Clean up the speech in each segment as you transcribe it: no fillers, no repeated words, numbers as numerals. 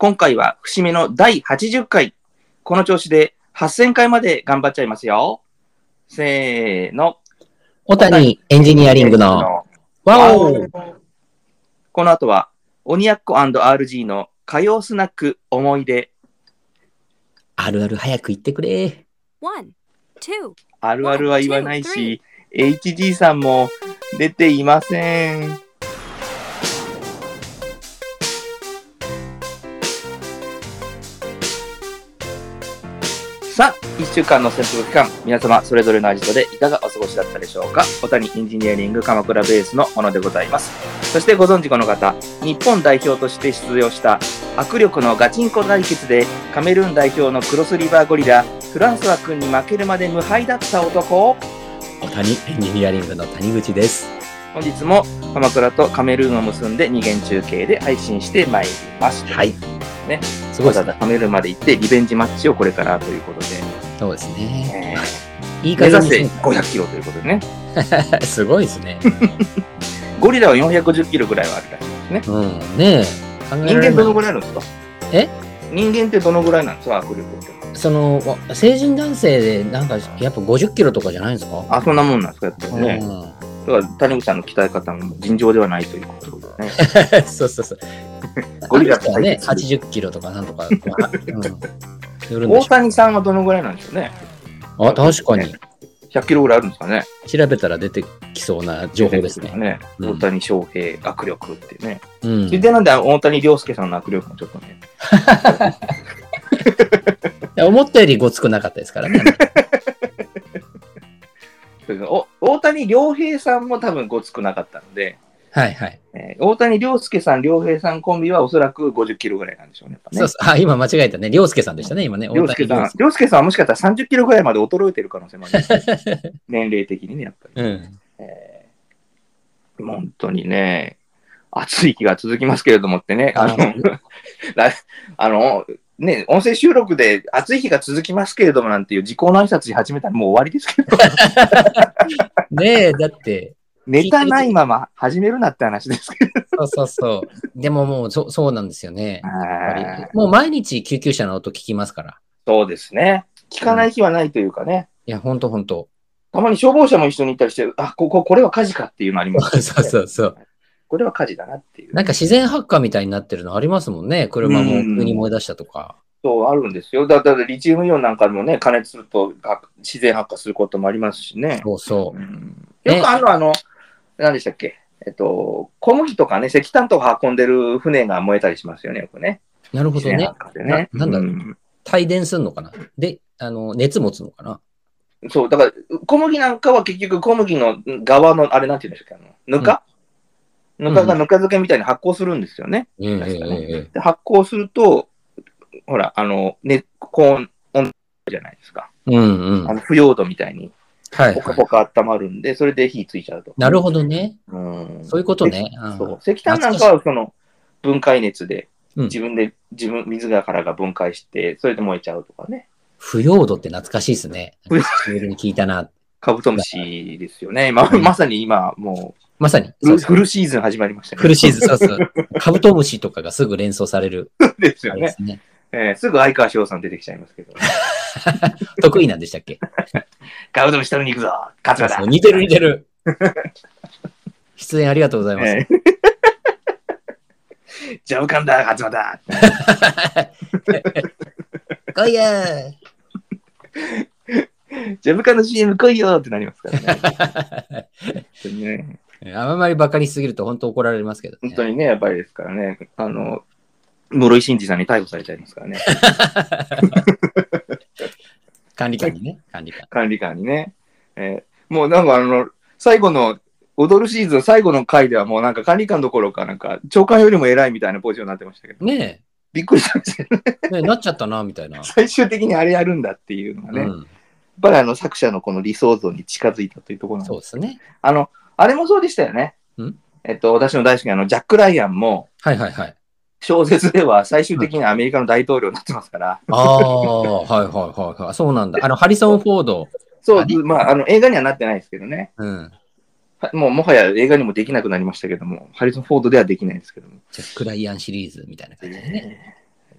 今回は節目の第80回。この調子で8000回まで頑張っちゃいますよ。せーの。 小谷エンジニアリングのワオ。 この後は、鬼奴 &RG の火曜スナック思い出。 あるある早く言ってくれ。 あるあるは言わないし、HG さんも出ていません。さあ、1週間の潜伏期間、皆様それぞれのアジトでいかがお過ごしだったでしょうか。小谷エンジニアリング鎌倉ベースのものでございます。そしてご存知この方、日本代表として出場した握力のガチンコ対決でカメルーン代表のクロスリバーゴリラ、フランソワ君に負けるまで無敗だった男、 小谷エンジニアリングの谷口です。 本日も鎌倉とカメルーンを結んで二元中継で配信してまいります。 はい。 ね、 すごいですね。 わざわざカメルーンまで行ってリベンジマッチをこれからということで。 そうですね。いい目感じ指せ500キロということでね。 すごいですね。 ゴリラは450キロぐらいはあるらしいですね。 うん。ねえ。 人間どのぐらいあるんですか？ え？ 人間ってどのぐらいなんですか？握力って。 成人男性でなんかやっぱ50キロとかじゃないんですか？ あ、そんなもんなんですかやっぱりね。だから谷口さんの鍛え方も尋常ではないということでね。 そうそうそう。 ゴリラはね、80キロとかなんとか。 大谷さんはどのぐらいなんでしょうね。 あ、確かに。 100キロぐらいあるんですかね。 調べたら出てきそうな情報ですね。 大谷翔平握力っていうね。 うん。 それでなんで大谷亮介さんの握力もちょっとね。 思ったよりごつくなかったですからね。 大谷亮平さんも多分ごつくなかったので、 はいはい。 大谷亮介さん、亮平さんコンビはおそらく50キロぐらいなんでしょうね。 そうそう。あ、今間違えたね。亮介さんでしたね、今ね。 亮介さんはもしかしたら30キロぐらいまで衰えてる可能性もあります。年齢的にね、やっぱり。本当にね、暑い日が続きますけれどもってね、ね、音声収録で暑い日が続きますけれどもなんていう時効の挨拶し始めたらもう終わりですけど。 ねえ、だって。 ネタないまま始めるなって話ですけど。そうそう。でももうそうなんですよね。もう毎日救急車の音聞きますから。 そうですね。聞かない日はないというかね。 いや、ほんとほんと。 たまに消防車も一緒に行ったりして、あ、これは火事かっていうのあります、 ね。そう。 これは火事だなっていう。 なんか自然発火みたいになってるのありますもんね。車も急に燃え出したとか。 そう、あるんですよ。だからリチウムイオンなんかもね、加熱すると自然発火することもありますしね。 そうそう。 よく何でしたっけ？小麦とかね、石炭とか運んでる船が燃えたりしますよね、よくね。 なるほどね。なんだろう。帯電するのかな？で、熱持つのかな？ そう、だから、小麦なんかは結局小麦の側の、あれなんて言うんでしたっけ？ぬかがぬか漬けみたいに発酵するんですよね。で発酵すると、ほら、高温じゃないですか。腐葉土みたいに。ポカポカ温まるんで、それで火ついちゃうと。 なるほどね。そういうことね。 そう。石炭なんかはその分解熱で、自分、水だからが分解して、それで燃えちゃうとかね。 腐葉土って懐かしいですね。メールに聞いたな。 カブトムシですよね。まさに今、もう。 まさに。 フルシーズン始まりましたね。 フルシーズン、そう。カブトムシとかがすぐ連想される。 ですよね。すぐ相川翔さん出てきちゃいますけど。 得意なんでしたっけ？ カブトムシ取りに行くぞ。勝つだ。 似てる。出演ありがとうございます。 ジャブカンだ、勝つだ。 来いやジャブカンの CM 来いよってなりますからね。 あんまりバカにしすぎると本当怒られますけど、 本当にね、やっぱりですからね。室井慎二さんに逮捕されちゃいますからね。 管理官にね。 管理官にね。もうなんか最後の、踊るシーズン最後の回ではもうなんか管理官どころかなんか長官よりも偉いみたいなポジションになってましたけど。 ねえ。 びっくりしたんですよね。 なっちゃったな、みたいな。 最終的にあれやるんだっていうのがね。やっぱり作者のこの理想像に近づいたというところなんです。 そうですね。 あれもそうでしたよね。私の大好きなジャック・ライアンも。小説では最終的にアメリカの大統領になってますから。 はい。そうなんだ。ハリソン・フォード。 そう、映画にはなってないですけどね。もはや映画にもできなくなりましたけども、ハリソン・フォードではできないですけども。 ジャック・ライアンシリーズみたいな感じでね。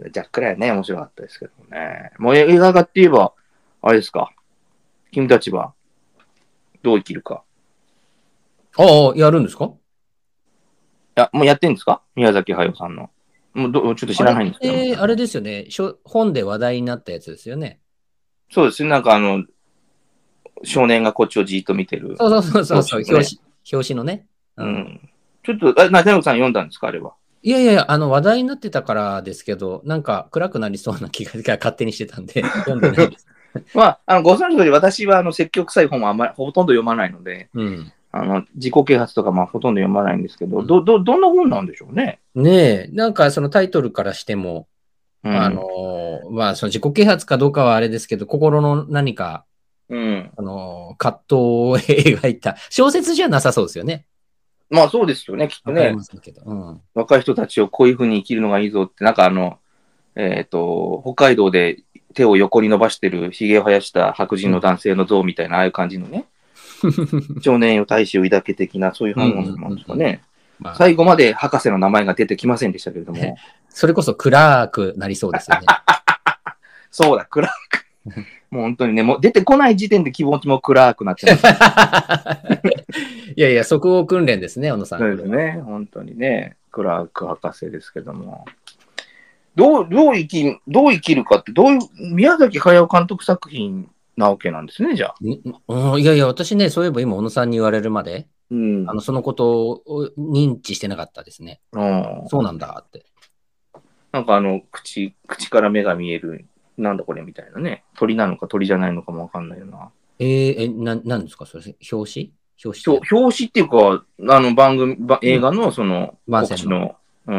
ジャックライアンね、面白かったですけどね。もう映画化って言えば、あれですか。君たちはどう生きるか。 ああ、やるんですか？ もうやってんですか宮崎駿さんの。もうちょっと知らないんですけど。 あれですよね。本で話題になったやつですよね。 そうですね。なんか少年がこっちをじーっと見てる。 そう、表紙のね。 うん。ちょっと、大野さん読んだんですかあれは。 いやいや、話題になってたからですけど、なんか暗くなりそうな気が勝手にしてたんで、読んでないです。 まあ、ご存知の通り、私は積極臭い本はほとんど読まないので、 うん。 自己啓発とかほとんど読まないんですけど、どんな本なんでしょうね。 ねえ、なんかそのタイトルからしても、 うん、 まあ、その自己啓発かどうかはあれですけど、心の何か、 うん。 葛藤を描いた、小説じゃなさそうですよね。 まあそうですよね、きっとわかりね。 ますけど。うん。 若い人たちをこういうふうに生きるのがいいぞって、なんか北海道で手を横に伸ばしてる髭を生やした白人の男性の像みたいな、ああいう感じのね、少年よ大志を抱け的な、そういう本なんですかね。最後まで博士の名前が出てきませんでしたけれども。 それこそ暗くなりそうですよね。 そうだ、暗く。もう本当にね、もう出てこない時点で気持ちも暗くなってます。 いやいや、即応訓練ですね、小野さん。 そうですね、本当にね、暗く博士ですけども。どう生きるかって、宮崎駿監督作品なわけなんですね、じゃあ。いやいや、私ね、そういえば今、小野さんに言われるまで、 うん、 そのことを認知してなかったですね。そうなんだって。 なんか口から目が見える、なんだこれみたいなね。鳥なのか鳥じゃないのかもわかんないよな。 なんですか、それ、表紙っていうか、映画の告知の、うん。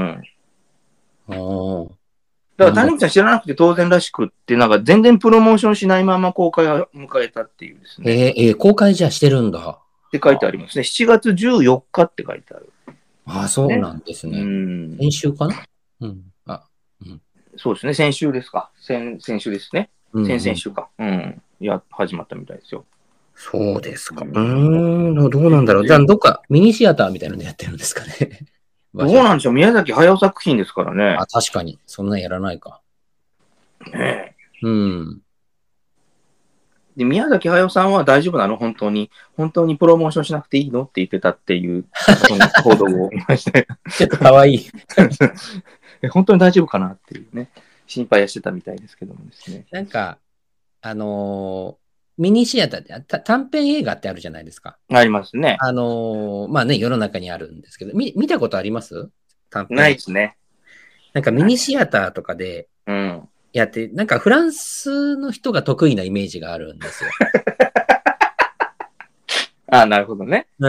だから谷口さん知らなくて当然らしくって、なんか全然プロモーションしないまま公開を迎えたっていうですね。 公開じゃしてるんだ。 って書いてありますね。7月14日って書いてある。 あ、そうなんですね。先週かな？うん。 そうですね。先週ですか。先週ですね。先々週か。うん。始まったみたいですよ。 そうですか。どうなんだろう。じゃあ、どっかミニシアターみたいなのでやってるんですかね。 どうなんでしょう。宮崎駿作品ですからね。 あ、確かに。そんなんやらないか。 ねうん。 で、宮崎駿さんは大丈夫なの本当にプロモーションしなくていいのって言ってたっていう、その報道を見ました。 ちょっと可愛い。 本当に大丈夫かなっていうね、心配はしてたみたいですけどもですね。 なんか、ミニシアターって短編映画ってあるじゃないですか。 ありますね。 まあね、世の中にあるんですけど、見たことあります？短編。 ないですね。 なんかミニシアターとかでやって、なんかフランスの人が得意なイメージがあるんですよ。 あ、なるほどね。 うん。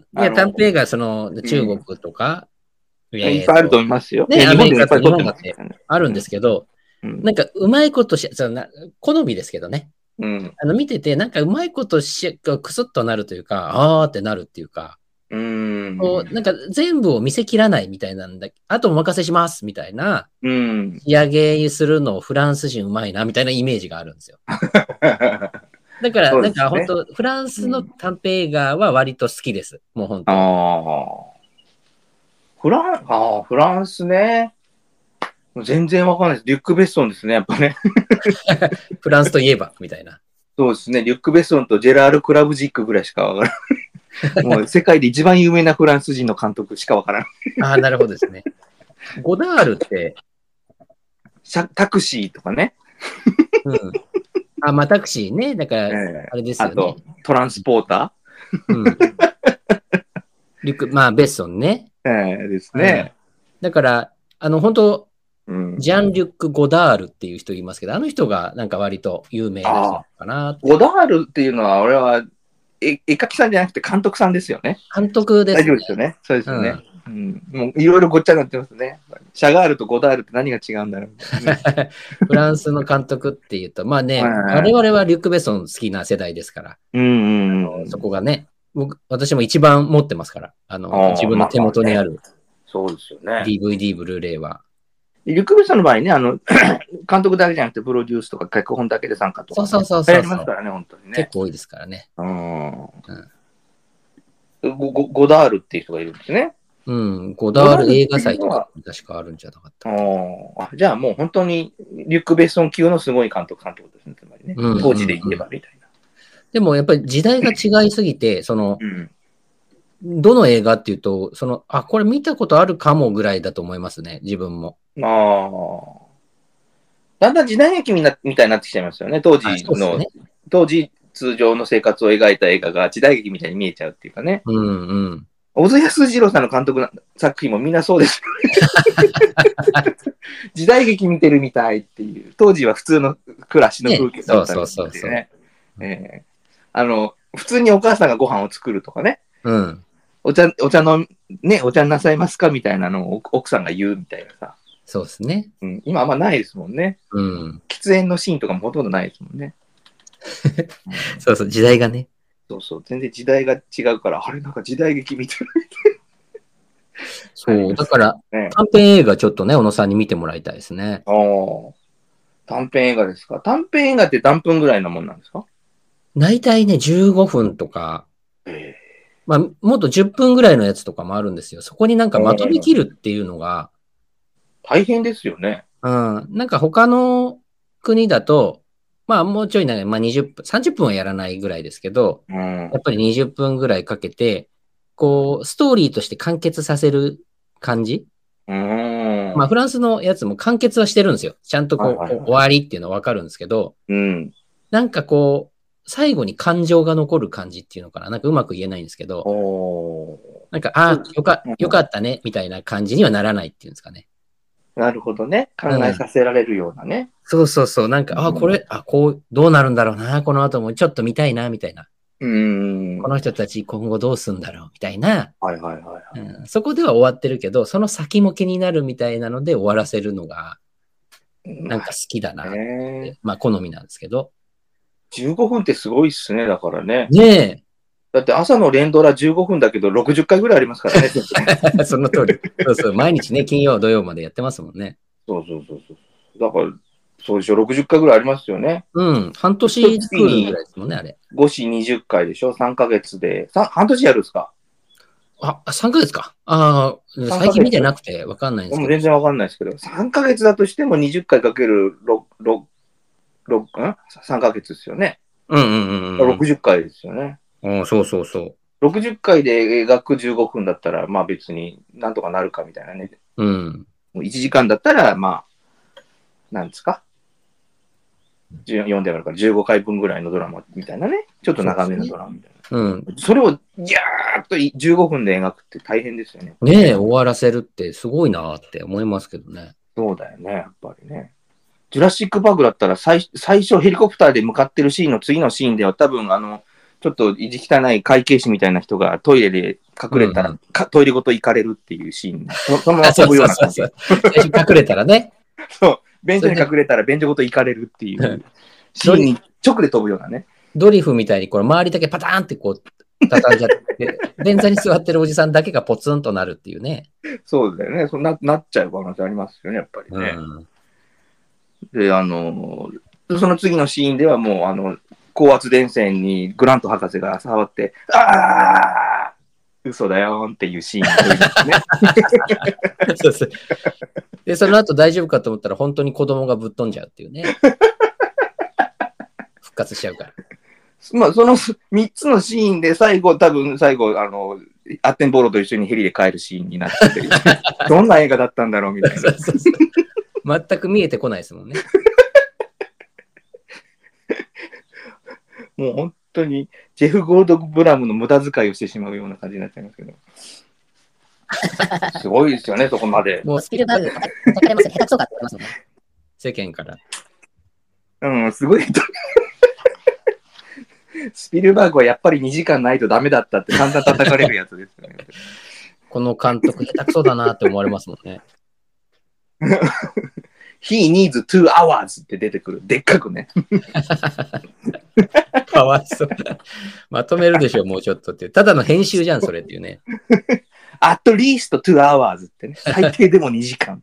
いや、短編映画、中国とか、 いっぱいあると思いますよ。 ね、 日本でもいっぱい撮ってます。 あるんですけど、なんかうまいこと好みですけどね。見てて、なんかうまいことクスッとなるというか、あーってなるっていうか、なんか全部を見せきらないみたいなんだ。あとお任せしますみたいな、仕上げするのをフランス人うまいなみたいなイメージがあるんですよ。だから、なんか本当、フランスの短編映画は割と好きです。もう本当。 フランスね。全然わかんないです。リュック・ベッソンですね、やっぱね。 フランスといえば、みたいな。 そうですね。リュック・ベッソンとジェラール・クラブジックぐらいしかわからない。もう世界で一番有名なフランス人の監督しかわからない。 ああ、なるほどですね。ゴダールって、 タクシーとかね。 うん。あ、まあタクシーね。だから、あれですよね。 あと、トランスポーター。うん。まあ、ベッソンね。 ですね。 だから、本当ジャン・リュック・ゴダールっていう人いますけど、あの人がなんか割と有名な人かな。 ゴダールっていうのは、俺は、絵描きさんじゃなくて監督さんですよね。 監督です。 大丈夫ですよね。そうですよね。もういろいろごっちゃになってますね。シャガールとゴダールって何が違うんだろう。 フランスの監督っていうと、まあね、我々はリュック・ベッソン好きな世代ですから、そこがね、私も一番持ってますから、自分の手元にある、 そうですよね。 DVD、ブルーレイは。 リュック・ベッソンの場合ね、監督だけじゃなくて、プロデュースとか脚本だけで参加とか、 そう。 やりますからね、本当にね。 結構多いですからね。 ゴダールっていう人がいるんですね。 うん、ゴダール映画祭とか確かあるんじゃなかった。 じゃあもう本当にリュック・ベッソン級のすごい監督ですね、つまりね。当時で言えばみたいな。 でもやっぱり時代が違いすぎて、どの映画っていうと、これ見たことあるかもぐらいだと思いますね、自分も。 だんだん時代劇みたいになってきちゃいますよね、当時通常の生活を描いた映画が時代劇みたいに見えちゃうっていうかね。小津安二郎さんの監督の作品もみんなそうです時代劇見てるみたいっていう、当時は普通の暮らしの風景だったりしてね。普通にお母さんがご飯を作るとかね。お茶なさいますかみたいなのを奥さんが言うみたいなさ。 そうですね。 今あんまないですもんね。喫煙のシーンとかもほとんどないですもんね。 そうそう、時代がね。 全然時代が違うから、あれなんか時代劇見てるみたいな。そう、だから、短編映画ちょっとね、小野さんに見てもらいたいですね。 短編映画ですか。短編映画って何分ぐらいのもんなんですか？ 大体ね、15分とか、もっと10分ぐらいのやつとかもあるんですよ。そこになんかまとめきるっていうのが。 大変ですよね。 なんか他の国だと、もうちょい長い、20分、30分はやらないぐらいですけど、やっぱり20分ぐらいかけて、ストーリーとして完結させる感じ。フランスのやつも完結はしてるんですよ。ちゃんと終わりっていうのはわかるんですけど、なんか最後に感情が残る感じっていうのかな。なんかうまく言えないんですけど、なんか、よかったね、みたいな感じにはならないっていうんですかね。 なるほどね。考えさせられるようなね。 そう。なんか、どうなるんだろうな。この後もちょっと見たいな、みたいな。この人たち今後どうすんだろう、みたいな。そこでは終わってるけど、その先も気になるみたいなので終わらせるのが、なんか好きだなって。好みなんですけど。 15分ってすごいっすね、だからね。 ねえ。 だって朝の連ドラ15分だけど60回ぐらいありますからね。 その通り。そう、毎日ね、金曜、土曜までやってますもんね。 そう。だから、そうでしょ、60回ぐらいありますよね。 半年作るぐらいですもんね、あれ。 5市20回でしょ、3ヶ月で。半年やるんですか ？3ヶ月か。最近見てなくて分かんないんですけど。 全然分かんないですけど、3ヶ月だとしても20回かける3ヶ月ですよね。60回ですよね。 そう。 60回で描く15分だったら、別になんとかなるかみたいなね。1時間だったら、なんですか。読んであるから15回分ぐらいのドラマみたいなね。ちょっと長めのドラマみたいな。それをギャーッと15分で描くって大変ですよね。 ねえ、終わらせるってすごいなって思いますけどね。 そうだよね、やっぱりね。ジュラシック・パークだったら最初ヘリコプターで向かってるシーンの次のシーンでは多分ちょっと意地汚い会計士みたいな人がトイレで隠れたら、トイレごと行かれるっていうシーン。そのまま飛ぶような感じ。 最初隠れたらね。 そう。便所に隠れたら便所ごと行かれるっていうシーンに直で飛ぶようなね。 ドリフみたいに周りだけパターンって畳んじゃって、便座に座ってるおじさんだけがポツンとなるっていうね。 そうだよね。なっちゃう可能性ありますよね、やっぱりね。で、その次のシーンではもう、高圧電線にグラント博士が触って、嘘だよっていうシーンね。 そう。で、その後大丈夫かと思ったら本当に子供がぶっ飛んじゃうっていうね。復活しちゃうから。 その3つのシーンで最後、アッテンボーロと一緒にヘリで帰るシーンになってて、どんな映画だったんだろうみたいな。全く見えてこないですもんね。 もう本当にジェフ・ゴールドブラムの無駄遣いをしてしまうような感じになっちゃいますけど。すごいですよね、そこまで。 もうスピルバーグ、叩かれますよ。下手くそかって言われますもんね。世間から。 すごい。スピルバーグはやっぱり2時間ないとダメだったって散々叩かれるやつですよね。 この監督下手くそだなって思われますもんね。 He needs 2 hours って出てくる。でっかくね。 かわいそう。まとめるでしょ、もうちょっとって。ただの編集じゃん、それっていうね。 At least 2 hours ってね。最低でも2時間って。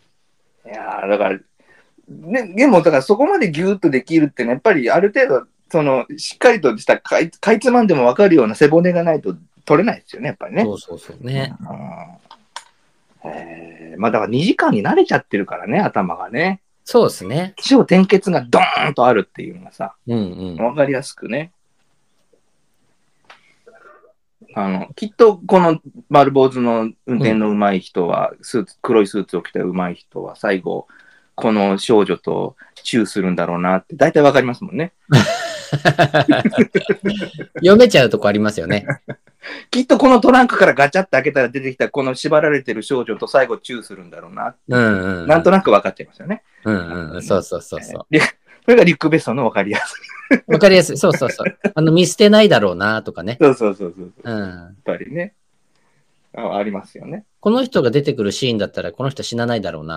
いやだから、ね、でもだからそこまでギューッとできるってね、やっぱりある程度しっかりとしたかいつまんでも分かるような背骨がないと取れないですよね、やっぱりね。 そうね。 まあだから2時間に慣れちゃってるからね、頭がね。 そうですね。 起承転結がドーンとあるっていうのがさ、分かりやすくね。きっとこの丸坊主の運転の上手い人は、黒いスーツを着た上手い人は最後、この少女とチューするんだろうなって大体わかりますもんね。 読めちゃうとこありますよね。 きっとこのトランクからガチャって開けたら出てきたこの縛られてる少女と最後チューするんだろうな。なんとなく分かっちゃいますよね。 そう。それがリュック・ベッソンの分かりやすい。 分かりやすい。そう。見捨てないだろうなとかね。 そう。やっぱりね。ありますよね。 この人が出てくるシーンだったらこの人死なないだろうな。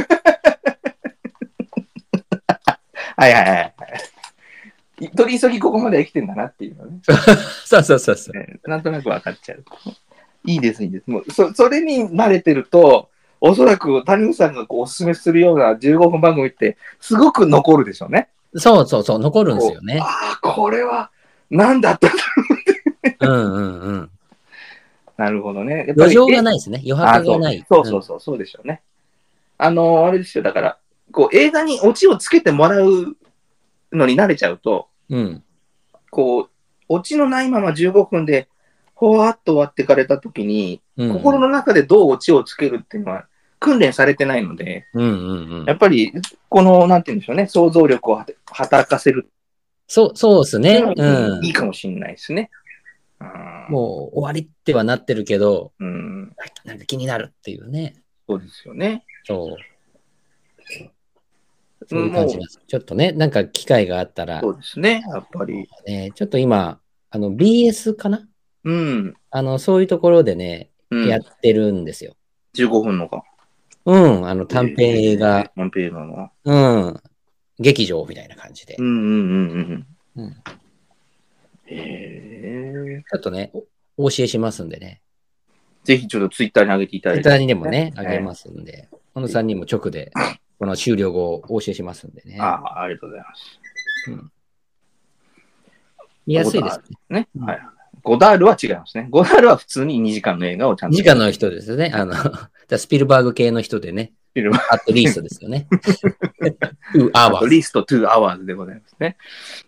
はい。取り急ぎここまで生きてんだなっていうのね。 そう。 なんとなく分かっちゃう。いいです。もうそれに慣れてると、おそらく谷口さんがおすすめするような15分番組ってすごく残るでしょうね。 そう、残るんですよね。 これは何だったんだろう。 なるほどね。 余剰がないですね。余白がない。 そうでしょうね。あれですよ。だから、映画にオチをつけてもらうのに慣れちゃうと、オチのないまま15分で、ほわっと終わってかれたときに、心の中でどうオチをつけるっていうのは訓練されてないので、やっぱり、なんて言うんでしょうね、想像力を働かせる。 そうですね。 いいかもしれないですね。 もう終わりってはなってるけど、なんか気になるっていうね。 そうですよね。 そういう感じなんです。ちょっとね、なんか機会があったら。 そうですね、やっぱり。 ちょっと今、BS かな？そういうところでね、やってるんですよ。 15分のか。 短編映画。 短編映画の。 劇場みたいな感じで。ちょっとね、お教えしますんでね。 ぜひちょっとツイッターに上げていただいて。 ツイッターにでもね、上げますんで、小野さんにも直で、この終了後お教えしますんでね。 ありがとうございます。 見やすいですね。ゴダールは違いますね。ゴダールは普通に2時間の映画をちゃんと。 2時間の人ですね。スピルバーグ系の人でね。アットリーストですよね。2 hours。 アットリースト2 hours でございますね。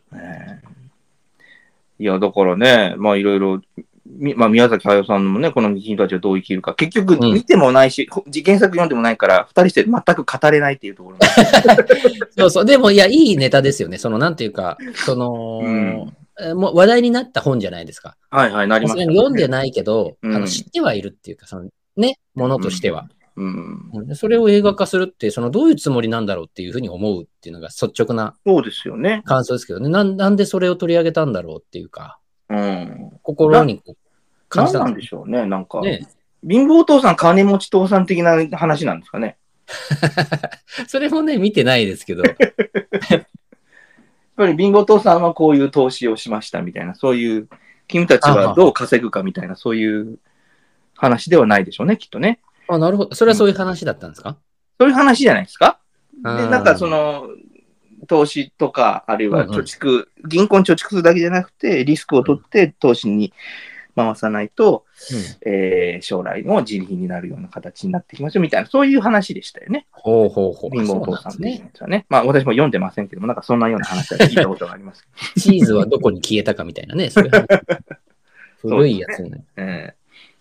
いや、だからね、まあいろいろ、宮崎駿さんもね、この君たちはどう生きるか。結局、見てもないし、原作読んでもないから、2人して全く語れないっていうところ。 そう。でも、いや、いいネタですよね。なんていうか、もう話題になった本じゃないですか。 なりました、 ね。読んでないけど、知ってはいるっていうか、ものとしては。それを映画化するって、どういうつもりなんだろうっていうふうに思うっていうのが率直な感想ですけどね。なんでそれを取り上げたんだろうっていうか、心に感じたんでしょうね。なんか、貧乏父さん、金持ち父さん的な話なんですかね。 それもね、見てないですけど。 やっぱり貧乏父さんはこういう投資をしましたみたいな、そういう、君たちはどう稼ぐかみたいな、そういう話ではないでしょうね、きっとね。 なるほど。それはそういう話だったんですか？ そういう話じゃないですか。で、なんか投資とか、あるいは貯蓄、銀行に貯蓄するだけじゃなくて、リスクを取って投資に回さないと、将来の自利になるような形になってきますよみたいな、そういう話でしたよね。 貧乏父さんっていうやつはね。まあ私も読んでませんけども、なんかそんなような話は聞いたことがあります。 チーズはどこに消えたかみたいなね、そういう話。古いやつね。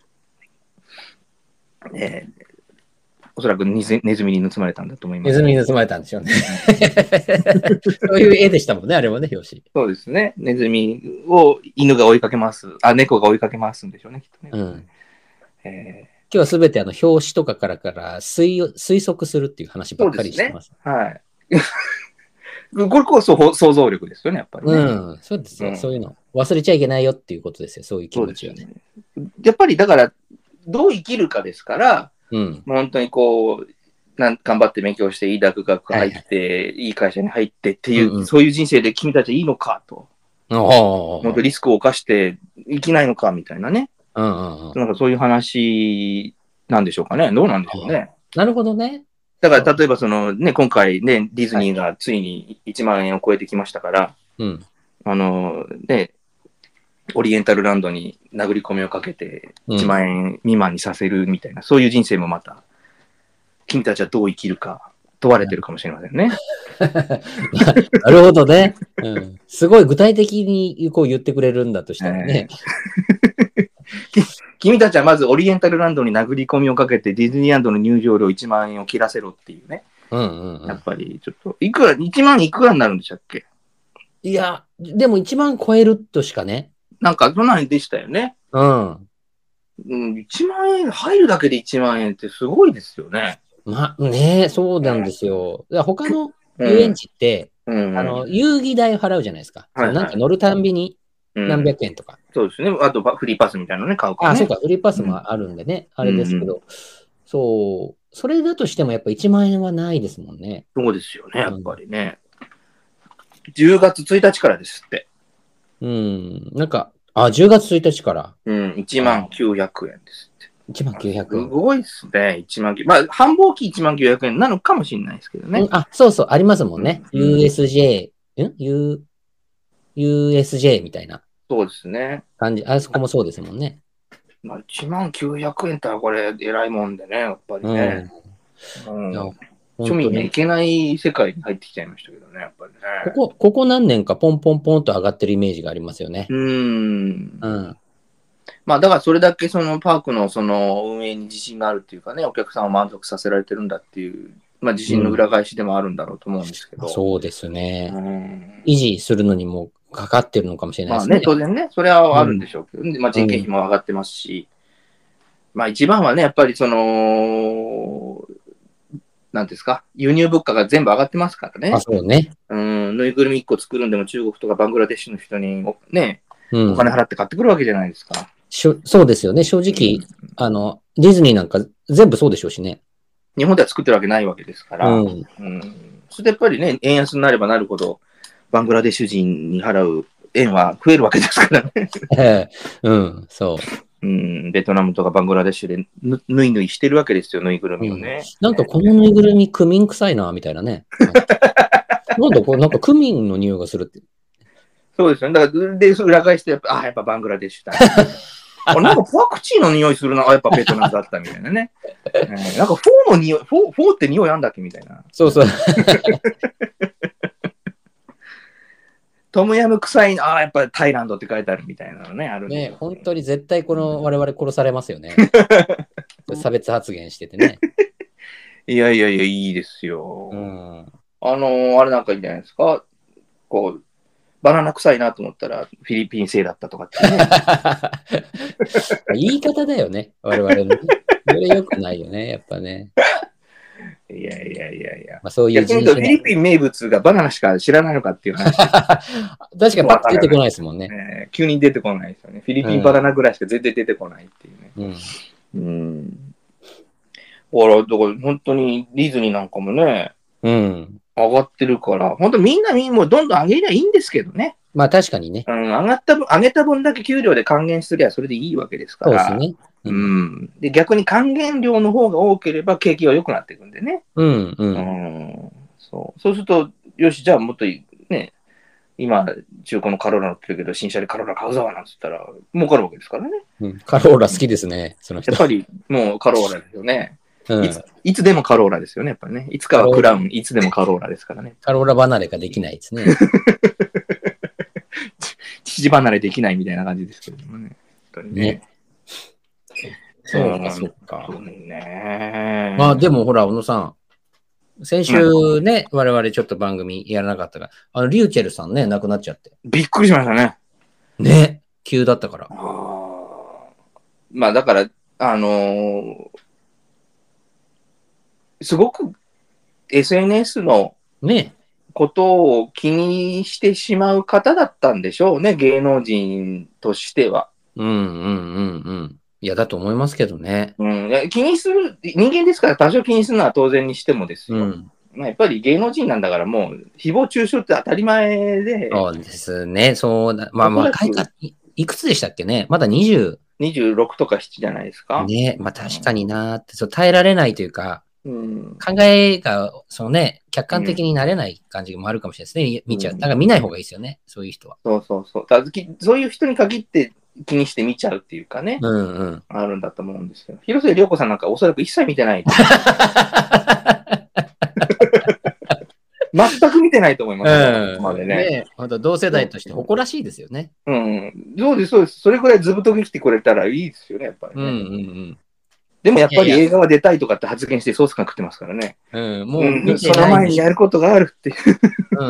おそらくネズミに盗まれたんだと思います。 ネズミに盗まれたんでしょうね。そういう絵でしたもんね、あれもね、表紙。 そうですね。ネズミを犬が追いかけます。猫が追いかけますんでしょうね、きっとね。 今日はすべて表紙とかから推測するっていう話ばっかりしてます。 はい。これこそ想像力ですよね、やっぱりね。 そうですよ。そういうの。忘れちゃいけないよっていうことですよ、そういう気持ちはね。 やっぱりだから、どう生きるかですから、本当に頑張って勉強して、いい大学入って、いい会社に入ってっていう、そういう人生で君たちはいいのかと。本当リスクを冒して生きないのかみたいなね。なんかそういう話なんでしょうかね。どうなんでしょうね。 なるほどね。 だから例えば今回ね、ディズニーがついに1万円を超えてきましたから、 ね、オリエンタルランドに殴り込みをかけて1万円未満にさせるみたいな、そういう人生もまた、君たちはどう生きるか問われてるかもしれませんね。 なるほどね、すごい具体的にこう言ってくれるんだとしたらね。 君たちはまずオリエンタルランドに殴り込みをかけてディズニーランドの入場料1万円を切らせろっていうね。やっぱりちょっと、1万いくらになるんでしたっけ？ いや、でも1万超えるとしかね。 なんかそんなにでしたよね。1万円、入るだけで1万円ってすごいですよね。 まあね、そうなんですよ。他の遊園地って、遊戯代を払うじゃないですか。なんか乗るたんびに何百円とか。 そうですね。あとフリーパスみたいなのね、買うから、ね。 そうか、フリーパスもあるんでね、あれですけど、そう、それだとしてもやっぱ1万円はないですもんね。 そうですよね、やっぱりね。10月1日からですって。 なんか、10月1日から。 1万900円ですって。 1万900円。すごいっすね、1万900円。まあ、繁忙期1万900円なのかもしれないですけどね。 そうそう、ありますもんね。USJ みたいな。 そうですね。 感じ、あそこもそうですもんね。 まあ、1万900円ってこれ、偉いもんでね、やっぱりね。庶民にはいけない世界に入ってきちゃいましたけどね、やっぱりね。 ここ何年かポンポンポンと上がってるイメージがありますよね。 まあ、だからそれだけそのパークのその運営に自信があるっていうかね、お客さんを満足させられてるんだっていう、まあ、自信の裏返しでもあるんだろうと思うんですけど。 そうですね。維持するのにもかかってるのかもしれないですね。まあね、当然ね、それはあるんでしょうけど、まあ、人件費も上がってますし、まあ一番はね、やっぱりその、なんですか、輸入物価が全部上がってますからね。 そうね。 ぬいぐるみ1個作るんでも中国とかバングラデシュの人にね、お金払って買ってくるわけじゃないですか。 そうですよね。正直、ディズニーなんか全部そうでしょうしね。 日本では作ってるわけないわけですから、それでやっぱりね、円安になればなるほど、バングラデシュ人に払う円は増えるわけですからね。 そう。 ベトナムとかバングラデシュでぬいぬいしてるわけですよ、ぬいぐるみをね。 なんかこのぬいぐるみクミン臭いな、みたいなね。なんかクミンの匂いがするって。 そうですよね。だから、で、裏返して、やっぱバングラデシュだ。なんかパクチーの匂いするな、やっぱベトナムだったみたいなね。なんかフォーの匂い、フォーって匂いあんだっけみたいな。 そうそう。 トムヤム臭いな、やっぱりタイランドって書いてあるみたいなのね、あるね。本当に絶対この我々殺されますよね。差別発言しててね。 いや、いいですよ。あれなんかいいんじゃないですか。こう、バナナ臭いなと思ったら、フィリピン製だったとかってね。 言い方だよね、我々の。それ良くないよね、やっぱね。 いや。 まあ、そういう逆に言うと、フィリピン名物がバナナしか知らないのかっていう話。 確かにパッと出てこないですもんね。 急に出てこないですよね。フィリピンバナナぐらいしか全然出てこないっていうね。だから本当にディズニーなんかもね、上がってるから、本当みんなもうどんどん上げりゃいいんですけどね。 まあ確かにね。 上げた分だけ給料で還元すりゃそれでいいわけですから。そうですね。で、逆に還元量の方が多ければ景気は良くなっていくんでね。そうすると、よし、じゃあもっとね、今、中古のカローラ乗ってるけど、新車でカローラ買うぞなんて言ったら、儲かるわけですからね。 カローラ好きですね、その人。 やっぱり、もうカローラですよね。いつでもカローラですよね、やっぱりね。いつかはクラウン、いつでもカローラですからね。 カローラ離れができないですね。 父離れできないみたいな感じですけどもね。ね。 そうか。まあでもほら、小野さん、先週ね、我々ちょっと番組やらなかったから、リューチェルさんね、亡くなっちゃって。 びっくりしましたね。 ね、急だったから。 まあだから、すごく SNS のことを気にしてしまう方だったんでしょうね、芸能人としては。 いや、だと思いますけどね。 気にする、人間ですから多少気にするのは当然にしてもですよ。まあ、やっぱり芸能人なんだからもう、誹謗中傷って当たり前で。 そうですね、まあ若いか、いくつでしたっけね、まだ 26とか7じゃないですか。 ね、まあ確かになーって、耐えられないというか。 考えが、客観的になれない感じもあるかもしれないですね。見ちゃう。だから見ない方がいいですよね。そういう人は。 そういう人に限って気にして見ちゃうっていうかね。あるんだと思うんですけど。広末涼子さんなんかおそらく一切見てない。全く見てないと思います。までね。 本当同世代として誇らしいですよね。 そうです、そうです。それぐらいずぶとく来てくれたらいいですよね、やっぱりね。でもやっぱり映画は出たいとかって発言してソース感食ってますからね。 もうその前にやることがあるっていう。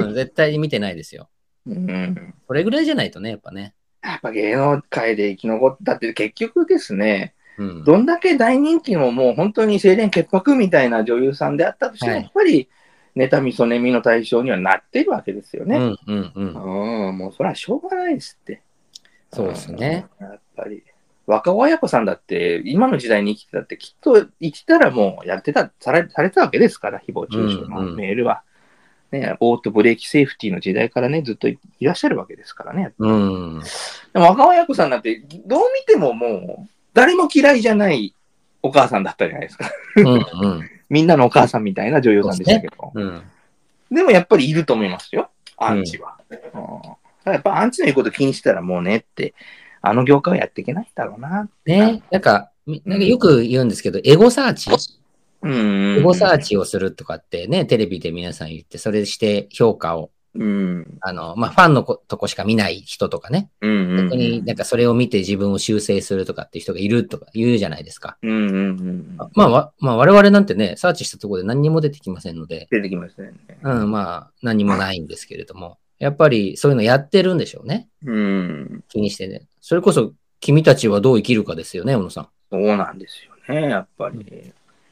絶対に見てないですよ。それぐらいじゃないとね、やっぱね。 やっぱ芸能界で生き残ったって結局ですね、どんだけ大人気のもう本当に清廉潔白みたいな女優さんであったとしても、やっぱり妬み、そねみの対象にはなっているわけですよね。もうそれはしょうがないですって。 そうですね。 やっぱり。若尾文子さんだって、今の時代に生きてたって、きっと生きたらもうされたわけですから、誹謗中傷のメールは。オートブレーキセーフティーの時代からね、ずっといらっしゃるわけですからね。でも若尾文子さんなんて、どう見てももう、誰も嫌いじゃないお母さんだったじゃないですか。みんなのお母さんみたいな女優さんでしたけど。でもやっぱりいると思いますよ、アンチは。やっぱアンチの言うこと気にしたらもうねって、あの業界はやっていけないんだろうな。 なんかよく言うんですけど、エゴサーチエゴサーチをするとかってね、テレビで皆さん言って、それして評価を、ファンのとこしか見ない人とかね、逆になんかそれを見て自分を修正するとかっていう人がいるとか言うじゃないですか。我々なんてね、サーチしたところで何にも出てきませんので、 出てきませんね。 何もないんですけれども、やっぱりそういうのやってるんでしょうね。気にしてね。それこそ君たちはどう生きるかですよね、小野さん。 そうなんですよね、やっぱり。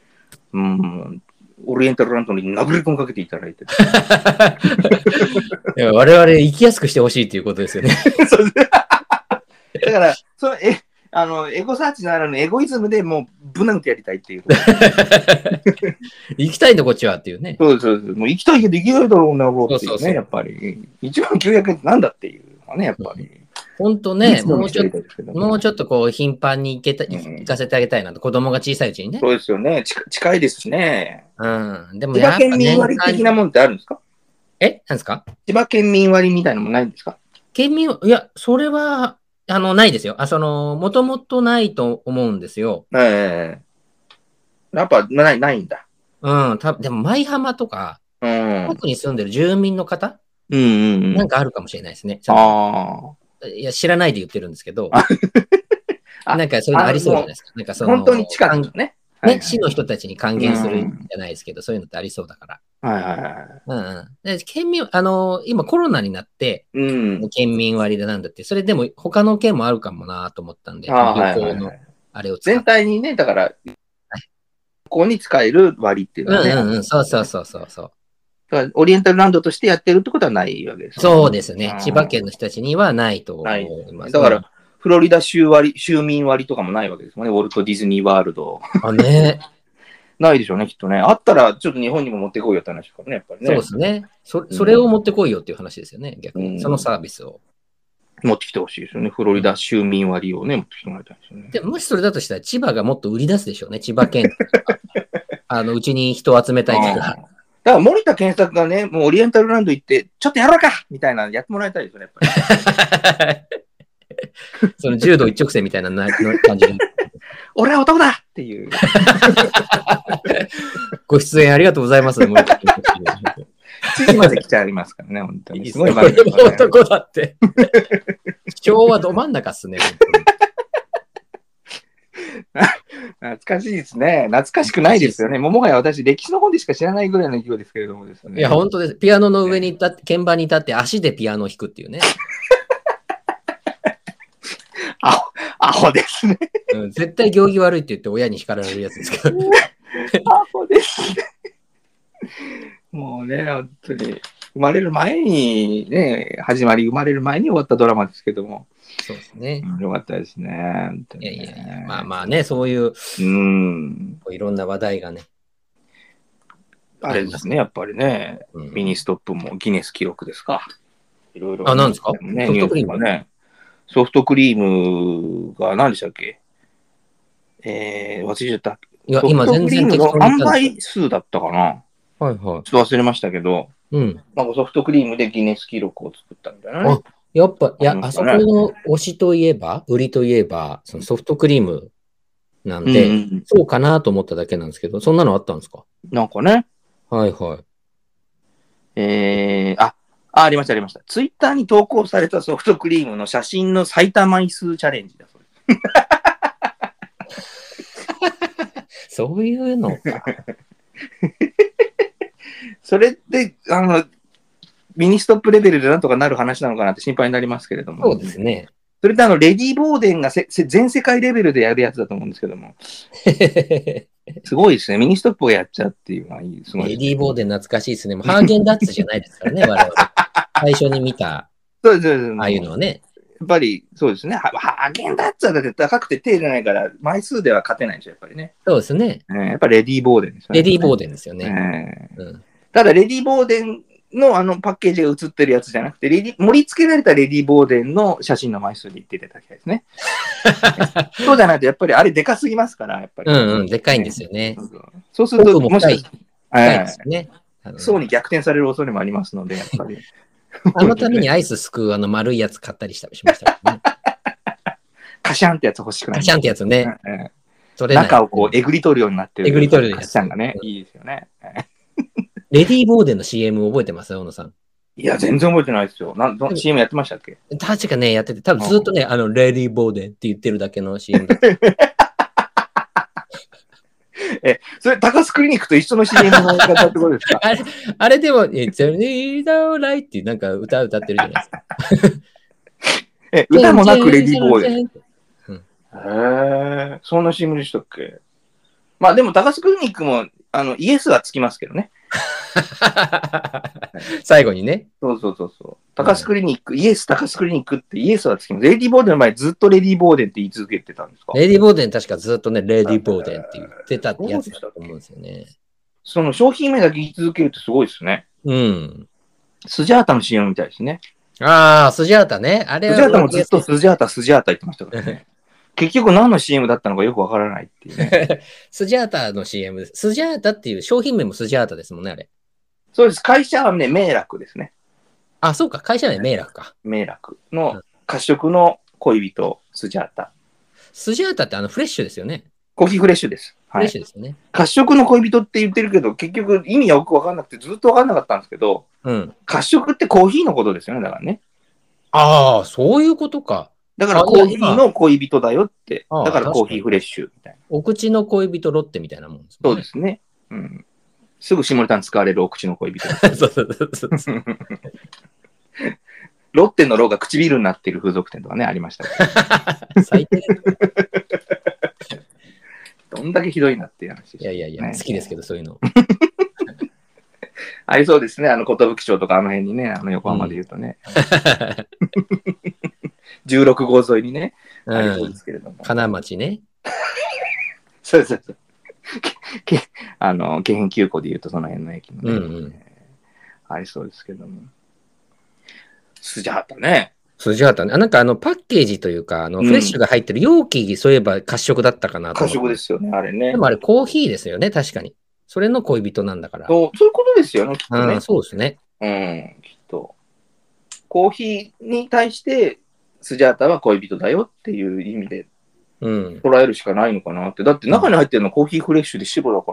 オリエンタルランドに殴り込みかけていただいて。 我々生きやすくしてほしいということですよね。 だから、エゴサーチならぬエゴイズムでもうぶなんてやりたいっていう。 行きたいんだ、こっちはっていうね。 そうです。もう行きたいけど行きないだろうな、っていうね、やっぱり。10900円ってなんだっていうのはね、やっぱり。 本当ね、もうちょっとこう頻繁に行かせてあげたいなと、子供が小さいうちにね。 そうですよね。近いですしね。 でも千葉県民割的なもんってあるんですか？ 何ですか？ 千葉県民割みたいなのもないんですか？ 県民、いや、それは、ないですよ。もともとないと思うんですよ。 やっぱないんだ。 でも、舞浜とか、近くに住んでる住民の方なんかあるかもしれないですね。いや、知らないで言ってるんですけど、なんかそういうのありそうじゃないですか。なんか本当に近くね。 市の人たちに還元するじゃないですけど、そういうのってありそうだから。県民、今コロナになって、県民割でなんだって、それでも他の県もあるかもなと思ったんで、旅行のあれを使って。 全体にね、だから、旅行に使える割っていうのはね。 そう。 オリエンタルランドとしてやってるってことはないわけです、 ね。そうですね。千葉県の人たちにはないと思います、 だから、フロリダ州民割とかもないわけですもんね。ウォルト・ディズニー・ワールド。ないでしょうね、きっとね。あったら、ちょっと日本にも持ってこいよって話ですからね、やっぱりね。 そうですね。それを持ってこいよっていう話ですよね、逆に。そのサービスを。 持ってきてほしいですよね。フロリダ州民割をね、持ってきてもらいたいですよね。 でもしそれだとしたら、千葉がもっと売り出すでしょうね、千葉県。うちに人を集めたいから。 だから森田健作がね、もうオリエンタルランド行って、ちょっとやろうかみたいなのやってもらいたいですよね、やっぱり。 その柔道一直線みたいな感じで。 俺は男だっていう。 ご出演ありがとうございます。 次まで来ちゃいますからね、本当に。 すごい男だって。昭和ど真ん中っすね、 懐かしいですね。懐かしくないですよね。もはや私、歴史の本でしか知らないぐらいの勢いですけれどもですね。 いや、本当です。ピアノの上に立って、鍵盤に立って足でピアノを弾くっていうね。 アホですね、 絶対行儀悪いって言って親に叱られるやつですけど。 アホですね。もうね、本当に、生まれる前にね、生まれる前に終わったドラマですけども。 そうですね。 よかったですね。 いや、まあね、そういう、いろんな話題がね。 あれですね、やっぱりね、ミニストップもギネス記録ですか。いろいろ。 何ですか？ ソフトクリームね。ソフトクリームが何でしたっけ？忘れちゃった。 いや、今全然適当に販売数だったかな。 はいはい。 ちょっと忘れましたけど、 うん。 なんかソフトクリームでギネス記録を作ったみたいなね。 あ、やっぱ、いや、あそこの推しといえば、売りといえば、そのソフトクリームなんで、そうかなと思っただけなんですけど、そんなのあったんですか？ なんかね。 はいはい。 ありました、ありました。ツイッターに投稿されたソフトクリームの写真の最多枚数チャレンジだそうです。そういうのか。 それで、ミニストップレベルでなんとかなる話なのかなって心配になりますけれども。 そうですね。 それでレディー・ボーデンが全世界レベルでやるやつだと思うんですけども。すごいですね。ミニストップをやっちゃうっていうのはいい。すごいレディー・ボーデン懐かしいですね。ハーゲンダッツじゃないですからね、我々。最初に見た。 そうです。 ああいうのはね。 やっぱりそうですね。ハーゲンダッツはだって高くて手じゃないから、枚数では勝てないんですよ、やっぱりね。 そうですね。 やっぱりレディー・ボーデンですよね。 レディー・ボーデンですよね。 ただ、レディー・ボーデンのパッケージが写ってるやつじゃなくて、盛り付けられたレディー・ボーデンの写真の枚数で言っていただきたいですね。そうじゃないと、やっぱりあれでかすぎますから、やっぱり。 でかいんですよね。 そうすると、もしかしたら、 層に逆転される恐れもありますので、やっぱり。 あのためにアイスすくう丸いやつ買ったりしましたね。 カシャンってやつ欲しくない。 カシャンってやつね。 中をこうえぐり取るようになってる。 えぐり取るカシャンがね、いいですよね。 レディー・ボーデンの CM 覚えてます小野さん。 いや、全然覚えてないですよ。CM やってましたっけ？ 確かね、やってて、多分ずっとね、レディー・ボーデンって言ってるだけの CM だった。 それ、高須クリニックと一緒の CM の方ってことですか？ あれでも、It's a little light ってなんか歌ってるじゃないですか。 歌もなくレディー・ボーデン。そんな CM でしたっけ？まあでも、高須クリニックも、イエスはつきますけどね。 最後にね。 そう。高須クリニック、イエス高須クリニックってイエスはつきます。レディー・ボーデンの前ずっとレディー・ボーデンって言い続けてたんですか？ レディー・ボーデン確かずっとね、レディー・ボーデンって言ってたやつだと思うんですよね。 その商品名だけ言い続けるってすごいですね。スジャータの CM みたいですね。 ああ、スジャータね。あれは。 スジャータもずっとスジャータ言ってましたからね。結局何の CM だったのかよくわからないっていうね。 スジャータの CM です。スジャータっていう商品名もスジャータですもんね、あれ。 そうです。会社はね、明楽ですね。 あ、そうか。会社名明楽か。 明楽の褐色の恋人、スジャータ。 スジャータってフレッシュですよね。 コーヒーフレッシュです。 フレッシュですよね。 褐色の恋人って言ってるけど、結局意味はよくわかんなくてずっとわかんなかったんですけど、褐色ってコーヒーのことですよね、だからね。 ああ、そういうことか。 だからコーヒーの恋人だよって。だからコーヒーフレッシュみたいな。 お口の恋人ロッテみたいなもんですね。そうですね。すぐ下ネタに使われるお口の恋人。そうロッテのロが唇になっている風俗店とかね、ありましたけど。最低。どんだけひどいなっていう話です、 ね。いや、好きですけど、そういうの。 ありそうですね、寿町とかあの辺にね、横浜で言うとね。16号沿いにね、ありそうですけれども。 金町ね。 そう。京浜急行で言うとその辺の駅のね、ありそうですけども。スジャータね。 スジャータね。なんかパッケージというか、フレッシュが入ってる容器、そういえば褐色だったかなと。 褐色ですよね、あれね。 でもあれコーヒーですよね、確かに。それの恋人なんだから。 そういうことですよね、きっとね。 そうですね。 きっと。コーヒーに対して、スジャータは恋人だよっていう意味で捉えるしかないのかなって。だって中に入ってるのコーヒーフレッシュで白だから、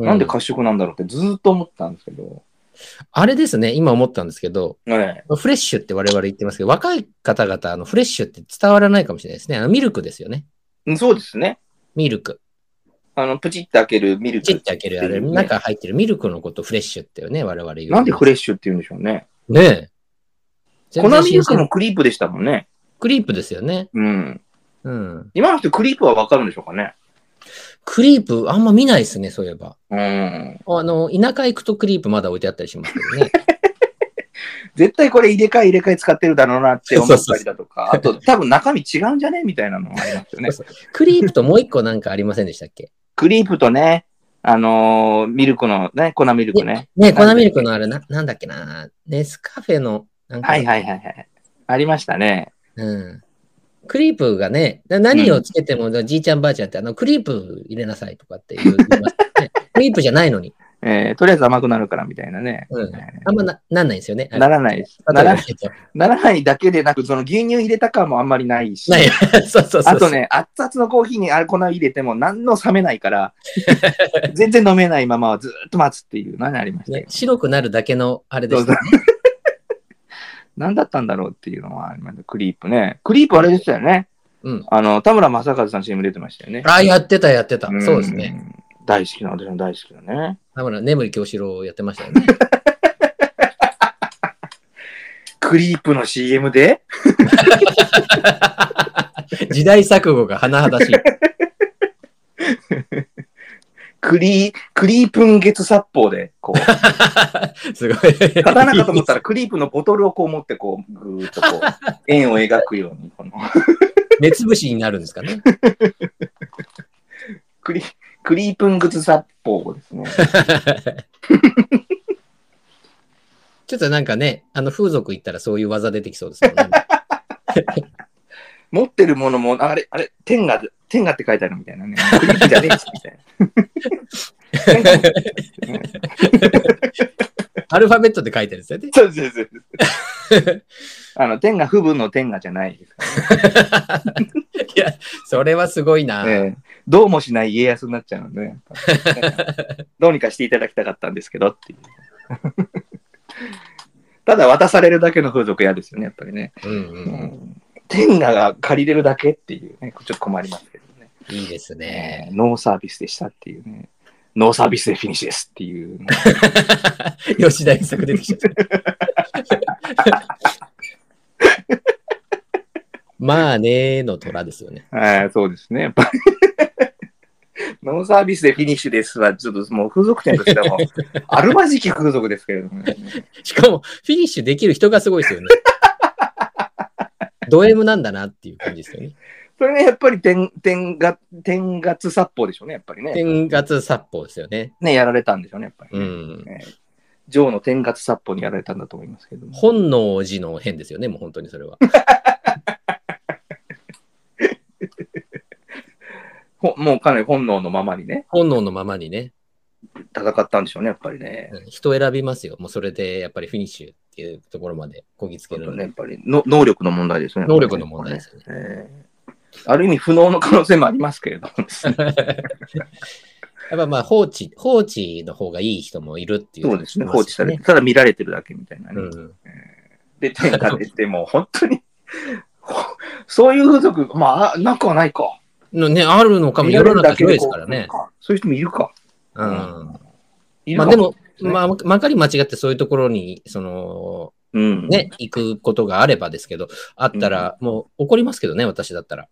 なんで褐色なんだろうってずっと思ったんですけど。 あれですね、今思ったんですけど、フレッシュって我々言ってますけど、若い方々、フレッシュって伝わらないかもしれないですね。ミルクですよね。 そうですね。 ミルク。 プチって開けるミルク。 プチって開ける、あれ、中入ってるミルクのことフレッシュってよね、我々言う。 なんでフレッシュって言うんでしょうね。 ねえ。粉ミルクもクリープでしたもんね。 クリープですよね。 今の人クリープはわかるんでしょうかね。 クリープあんま見ないですね、そういえば。田舎行くとクリープまだ置いてあったりしますけどね。 絶対これ入れ替え使ってるだろうなって思ったりだとか、あと多分中身違うんじゃねみたいなのもありますよね。 クリープともう一個なんかありませんでしたっけ？ クリープとね、ミルクのね、粉ミルクね。 粉ミルクのあれなんだっけな。ネスカフェの。 はい。ありましたね。 クリープがね、何をつけても、じいちゃんばあちゃんってクリープ入れなさいとかって言いますね。クリープじゃないのに。 とりあえず甘くなるからみたいなね。 あんまなんないですよね。 ならないです。ならないだけでなく、その牛乳入れた感もあんまりないし。そう。あとね、熱々のコーヒーに粉入れても何の冷めないから、全然飲めないままずっと待つっていうのがありました、 ね。白くなるだけのあれでしたね。 何だったんだろうっていうのはありました。クリープね。クリープあれでしたよね。田村正和さん CM 出てましたよね。 やってた。そうですね。 大好きな、私も大好きだね。 田村、眠り京志郎やってましたよね。 クリープの CM で時代錯誤が甚だしい。 クリープン月殺法で、こう。 すごい。 刀かと思ったらクリープのボトルをこう持って、こう、ぐーっとこう、円を描くように、この。 目つぶしになるんですかね。 クリープングツ殺法ですね。 ちょっとなんかね、風俗行ったらそういう技出てきそうですよね。 持ってるものも、あれ、天下って書いてあるみたいなね。クリープじゃねえし、みたいな。アルファベットで書いてるんですよね。 そう。天下不分の天下じゃないですからね。 いや、それはすごいな。 どうもしない家康になっちゃうので、ね、どうにかしていただきたかったんですけどっていう。ただ渡されるだけの風俗嫌ですよね、やっぱりね。天下が借りれるだけっていうね、ちょっと困りますけどね。 いいですね。 ノーサービスでしたっていうね。ノーサービスでフィニッシュですっていう、ね。 吉田一作出てきちゃった。まあねーの虎ですよね。 そうですね。やっぱりノーサービスでフィニッシュですは、ちょっともう風俗店としてはもう、あるまじき風俗ですけれどもね。 しかも、フィニッシュできる人がすごいですよね。ド M なんだなっていう感じですよね。 それね、やっぱり天月殺法でしょうね、やっぱりね。 天月殺法ですよね。 ね、やられたんでしょうね、やっぱり、ね。女王の天月殺法にやられたんだと思いますけども。 本能寺の変ですよね、もう本当にそれは。 もうかなり本能のままにね。 本能のままにね。 戦ったんでしょうね、やっぱりね。 人選びますよ。もうそれでやっぱりフィニッシュっていうところまでこぎつけるのね。やっぱり能力の問題ですね。 能力の問題ですよね。 ある意味不能の可能性もありますけれども。 やっぱまあ放置の方がいい人もいるっていう、 そうですね、放置されて、ただ見られてるだけみたいなね。で、天下出ても本当に、そういう風俗、まあ、なくはないか。 ね、あるのかも、世の中広いですからね。 そういう人もいるか。 まあでも、まかり間違ってそういうところに、ね、行くことがあればですけど、あったら、もう怒りますけどね、私だったら。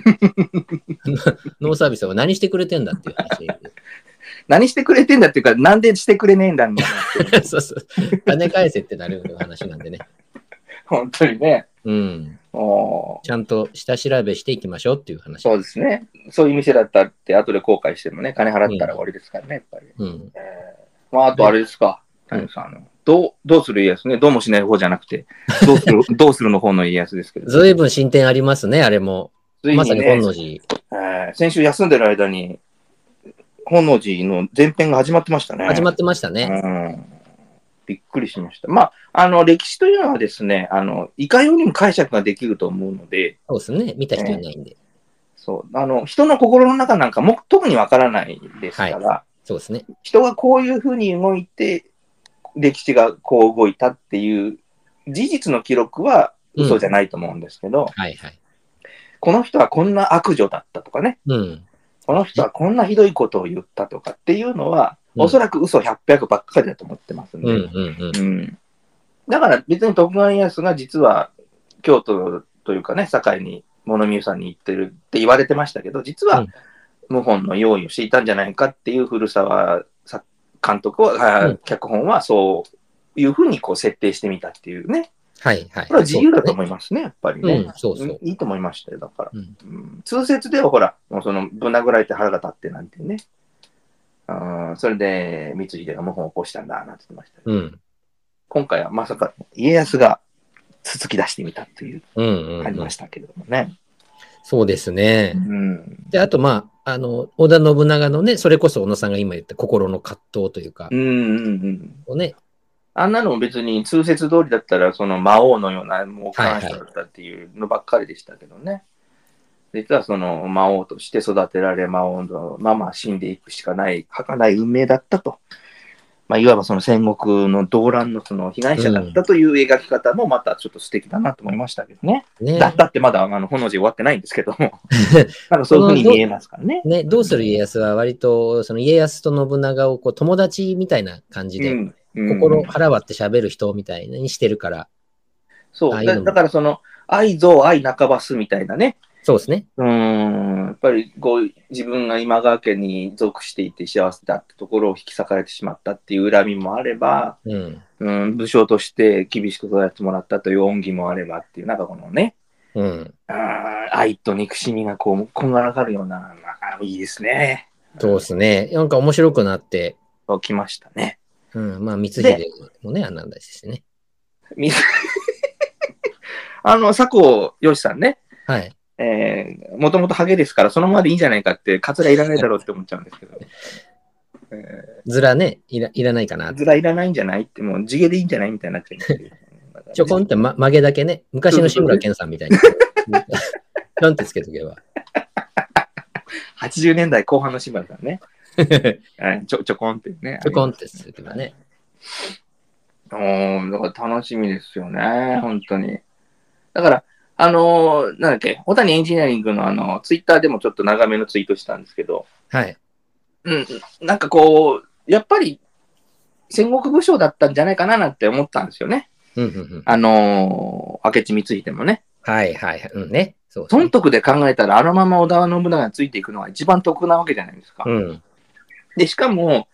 ノーサービスは何してくれてんだっていう話。 何してくれてんだっていうか、なんでしてくれねえんだみたいな。 そう。金返せってなる話なんでね。 本当にね。 ちゃんと下調べしていきましょうっていう話。 そうですね。そういう店だったって後で後悔してもね、金払ったら終わりですからね、やっぱり。あとあれですか、谷さん、どうする家康ね、どうもしない方じゃなくて、どうするの方の家康ですけど。 ずいぶん進展ありますね、あれも。まさに本能寺。 先週休んでる間に、本能寺の前編が始まってましたね。 始まってましたね。 びっくりしました。まあ、歴史というのはですね、いかようにも解釈ができると思うので。 そうですね。見た人いないんで。 そう。人の心の中なんかも特にわからないですから。 そうですね。 人がこういうふうに動いて、歴史がこう動いたっていう事実の記録は嘘じゃないと思うんですけど、この人はこんな悪女だったとかね。この人はこんなひどいことを言ったとかっていうのは、おそらく嘘100ばっかりだと思ってますんで。だから別に徳川家康が実は京都というかね、堺に物見湯さんに行ってるって言われてましたけど、実は謀反の用意をしていたんじゃないかっていう古澤監督は、脚本はそういうふうにこう設定してみたっていうね。これは自由だと思いますね、やっぱりね。いいと思いましたよ、だから。通説ではほら、もうぶん殴られて腹が立ってなんてね。それで光秀が謀反を起こしたんだなんて言ってましたけど、今回はまさか家康がつつき出してみたというありましたけれどもね。 そうですね。 うん。 で、あと、まあ、織田信長のね、それこそ小野さんが今言った心の葛藤というか、ね。 あんなのも別に通説通りだったら、その魔王のようなもう感謝だったっていうのばっかりでしたけどね。実はその魔王として育てられ、魔王のまま死んでいくしかない、儚い運命だったと。まあ、いわばその戦国の動乱のその被害者だったという描き方もまたちょっと素敵だなと思いましたけどね。だってまだ炎寺終わってないんですけども。なんかそういうふうに見えますからね。 ね、どうする家康は割と、その家康と信長をこう友達みたいな感じで、腹割って喋る人みたいにしてるから。 そう。だからその、愛憎愛半ばすみたいなね。 そうですね。 やっぱりこう自分が今川家に属していて幸せだってところを引き裂かれてしまったっていう恨みもあれば、武将として厳しく育ててもらったという恩義もあればっていう、なんかこのね、愛と憎しみがこう、こんがらがるような、まあ、いいですね。 そうですね。なんか面白くなって。 そうきましたね。 まあ、光秀もね、あんなんだしね。 佐藤義さんね。 はい。 もともとハゲですから、そのままでいいんじゃないかって、カツラいらないだろうって思っちゃうんですけど。 ズラね、いらないかな。 ズラいらないんじゃないって、もう地毛でいいんじゃないみたいになっちゃうんですけど。 ちょこんって、曲げだけね、昔の志村けんさんみたいに。なんてつけとけば。 80年代後半の志村さんね。ちょこんってね。 ちょこんってつけばね。 だから楽しみですよね、本当に。だから、なんだっけ、小谷エンジニアリングのツイッターでもちょっと長めのツイートしたんですけど、 はい。 なんかこう、やっぱり戦国武将だったんじゃないかなって思ったんですよね。明智光秀もね。 はいはい。ね。 損得で考えたら、あのまま織田信長についていくのが一番得なわけじゃないですか。で、しかも、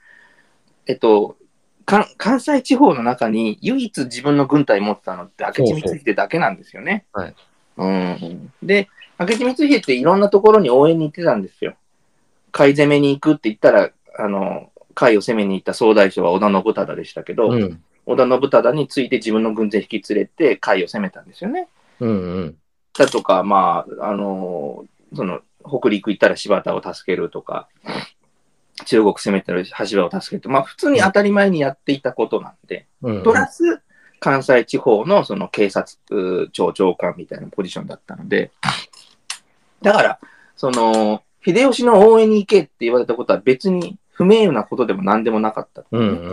関西地方の中に唯一自分の軍隊持ってたのって明智光秀だけなんですよね。で、明智光秀っていろんなところに応援に行ってたんですよ。甲斐攻めに行くって言ったら、甲斐を攻めに行った総大将は織田信忠でしたけど、織田信忠について自分の軍勢引き連れて甲斐を攻めたんですよね。だとか、まあ、その、北陸行ったら柴田を助けるとか、中国攻めてる橋場を助けると、まあ、普通に当たり前にやっていたことなんで、プラス、関西地方のその警察庁長官みたいなポジションだったので、だから、その、秀吉の応援に行けって言われたことは別に不名誉なことでも何でもなかった。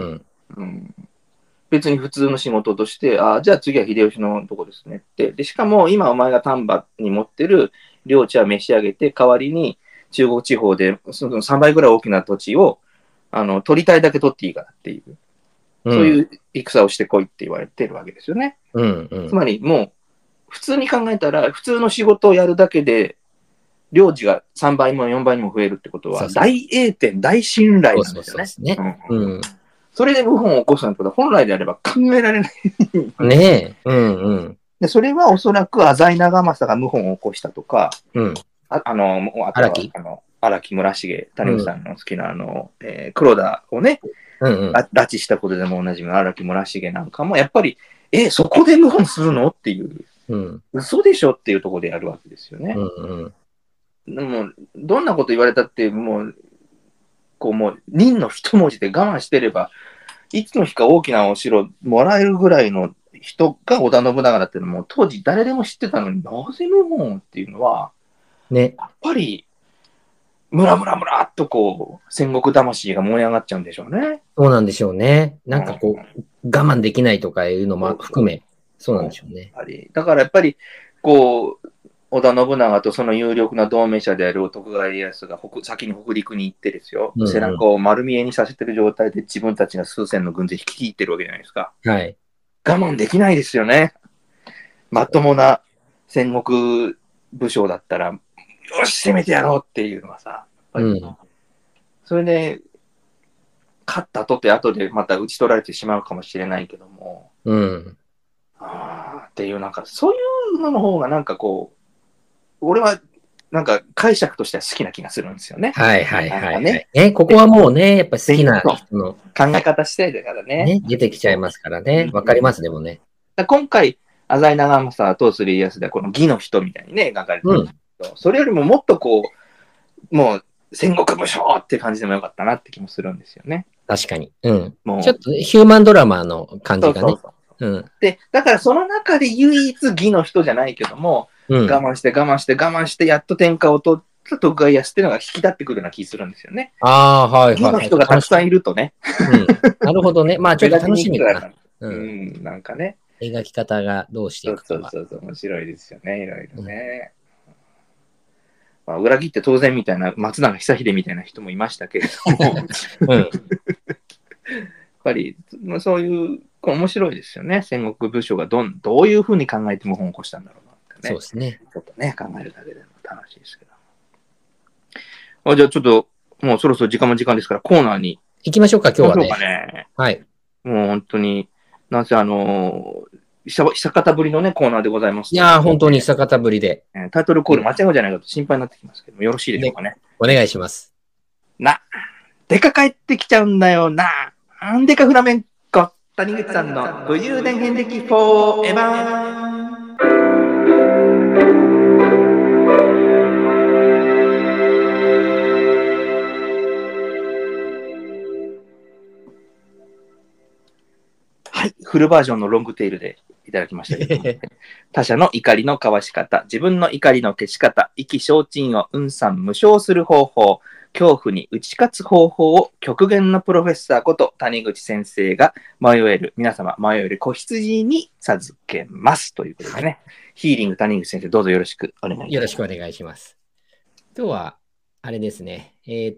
別に普通の仕事として、じゃあ次は秀吉のとこですねって。で、しかも今お前が丹波に持ってる領地は召し上げて、代わりに中国地方でその3倍ぐらい大きな土地を取りたいだけ取っていいからっていう、そういう戦をしてこいって言われてるわけですよね。つまりもう普通に考えたら、普通の仕事をやるだけで、領地が3倍も4倍にも増えるってことは、大栄転、大信頼なんですよね。それで謀反を起こすなんてことは本来であれば考えられない。 ねえ。で、それはおそらく浅井長政が謀反を起こしたとか、荒木村重、谷口さんの好きな黒田をね、拉致したことでもおなじみの荒木村重なんかも、やっぱり、そこで謀反するのっていう、嘘でしょっていうところでやるわけですよね。でも、どんなこと言われたって、もう、任の一文字で我慢してれば、いつの日か大きなお城もらえるぐらいの人が織田信長だっていうのも、当時誰でも知ってたのになぜ謀反っていうのは、 ね、 やっぱり、ムラっと戦国魂が燃え上がっちゃうんでしょうね。 そうなんでしょうね。なんか我慢できないとかいうのも含め、そうなんでしょうね。 だからやっぱり、織田信長とその有力な同盟者である徳川家康が先に北陸に行ってですよ、背中を丸見えにさせてる状態で自分たちが数千の軍勢率いてるわけじゃないですか。 はい。 我慢できないですよね。まともな戦国武将だったら、よし、攻めてやろうっていうのはさ、それで、勝ったとて後でまた討ち取られてしまうかもしれないけども、っていう、なんかそういうのの方がなんか俺はなんか解釈としては好きな気がするんですよね。 ここはもうね、やっぱ好きな人の考え方次第だからね。 出てきちゃいますからね。わかります、でもね。 今回、浅井長政とする家康ではこの義の人みたいにね、描かれてる。 それよりももっとこう、もう戦国武将って感じでもよかったなって気もするんですよね。 確かに。うん。もうちょっとヒューマンドラマの感じがね。 で、だからその中で唯一義の人じゃないけども、我慢してやっと天下を取った徳川家康っていうのが引き立ってくるような気するんですよね。義の人がたくさんいるとね。 なるほどね。まあちょっと楽しみだな。 なんかね。 描き方がどうしていくかは。 そう、面白いですよね、いろいろね。まあ、裏切って当然みたいな、松永久秀みたいな人もいましたけれども。やっぱり、そういう、面白いですよね。戦国武将がどういうふうに考えても本を起こしたんだろうなってね。 そうですね。 ちょっとね、考えるだけでも楽しいですけど。じゃあちょっと、もうそろそろ時間も時間ですから、コーナーに。 行きましょうか、今日はね。 行きましょうかね。 はい。 もう本当に、なんせ久方ぶりのね、コーナーでございます。 いやー、本当に久方ぶりで。 タイトルコール間違うじゃないかと心配になってきますけども、よろしいでしょうかね。 お願いします。 でか帰ってきちゃうんだよなんでかフラメンコ、谷口さんの武勇伝遍歴フォーエバー。はい、フルバージョンのロングテールでいただきましたけど他者の怒りのかわし方、自分の怒りの消し方、意気消沈を雲散無償する方法、恐怖に打ち勝つ方法を極限のプロフェッサーこと谷口先生が皆様迷える子羊に授けますということでね、はい、ヒーリング谷口先生どうぞよろしくお願いします。 よろしくお願いします。今日はあれですね、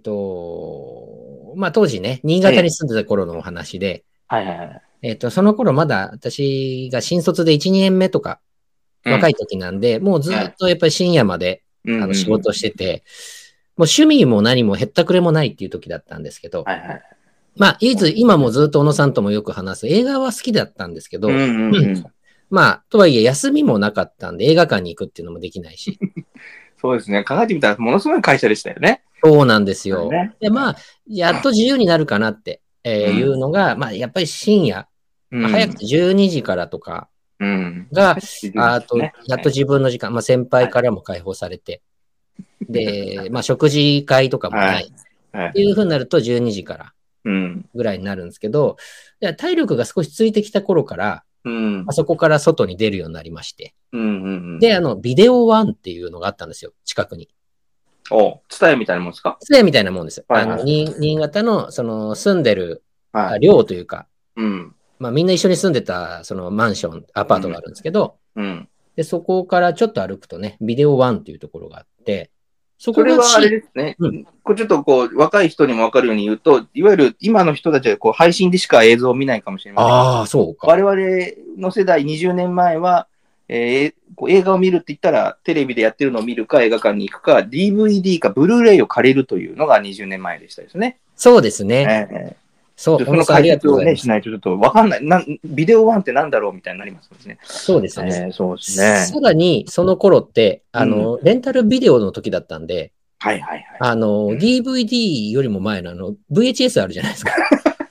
まあ当時ね、新潟に住んでた頃のお話で、その頃まだ私が新卒で1、2年目とか若い時なんで、もうずっとやっぱり深夜まで仕事してて、もう趣味も何もへったくれもないっていう時だったんですけど、まあ、今もずっと小野さんともよく話す映画は好きだったんですけど、まあ、とはいえ休みもなかったんで映画館に行くっていうのもできないし。 そうですね。考えてみたらものすごい会社でしたよね。 そうなんですよ。で、まあ、やっと自由になるかなっていうのが、まあ、やっぱり深夜、早くて12時からとかが、やっと自分の時間、まあ、先輩からも解放されて、で、まあ、食事会とかもない。っていう風になると12時からぐらいになるんですけど、体力が少しついてきた頃から、そこから外に出るようになりまして。で、ビデオワンっていうのがあったんですよ、近くに。 ツタヤみたいなもんですか？ ツタヤみたいなもんですよ。新潟の、住んでる、寮というか、まあみんな一緒に住んでた、マンション、アパートがあるんですけど、で、そこからちょっと歩くとね、ビデオワンっていうところがあって、 それはあれですね。これちょっと若い人にも分かるように言うと、いわゆる今の人たちは配信でしか映像を見ないかもしれません。 ああ、そうか。 我々の世代20年前は、映画を見るって言ったら、テレビでやってるのを見るか、映画館に行くか、DVD か、ブルーレイを借りるというのが20年前でしたですね。 そうですね。 その解説をね、しないとちょっと分かんない。ビデオワンってなんだろうみたいになりますね。 そうですね。 そうですね。 さらに、その頃って、レンタルビデオの時だったんで、DVD よりも前のVHS あるじゃないですか。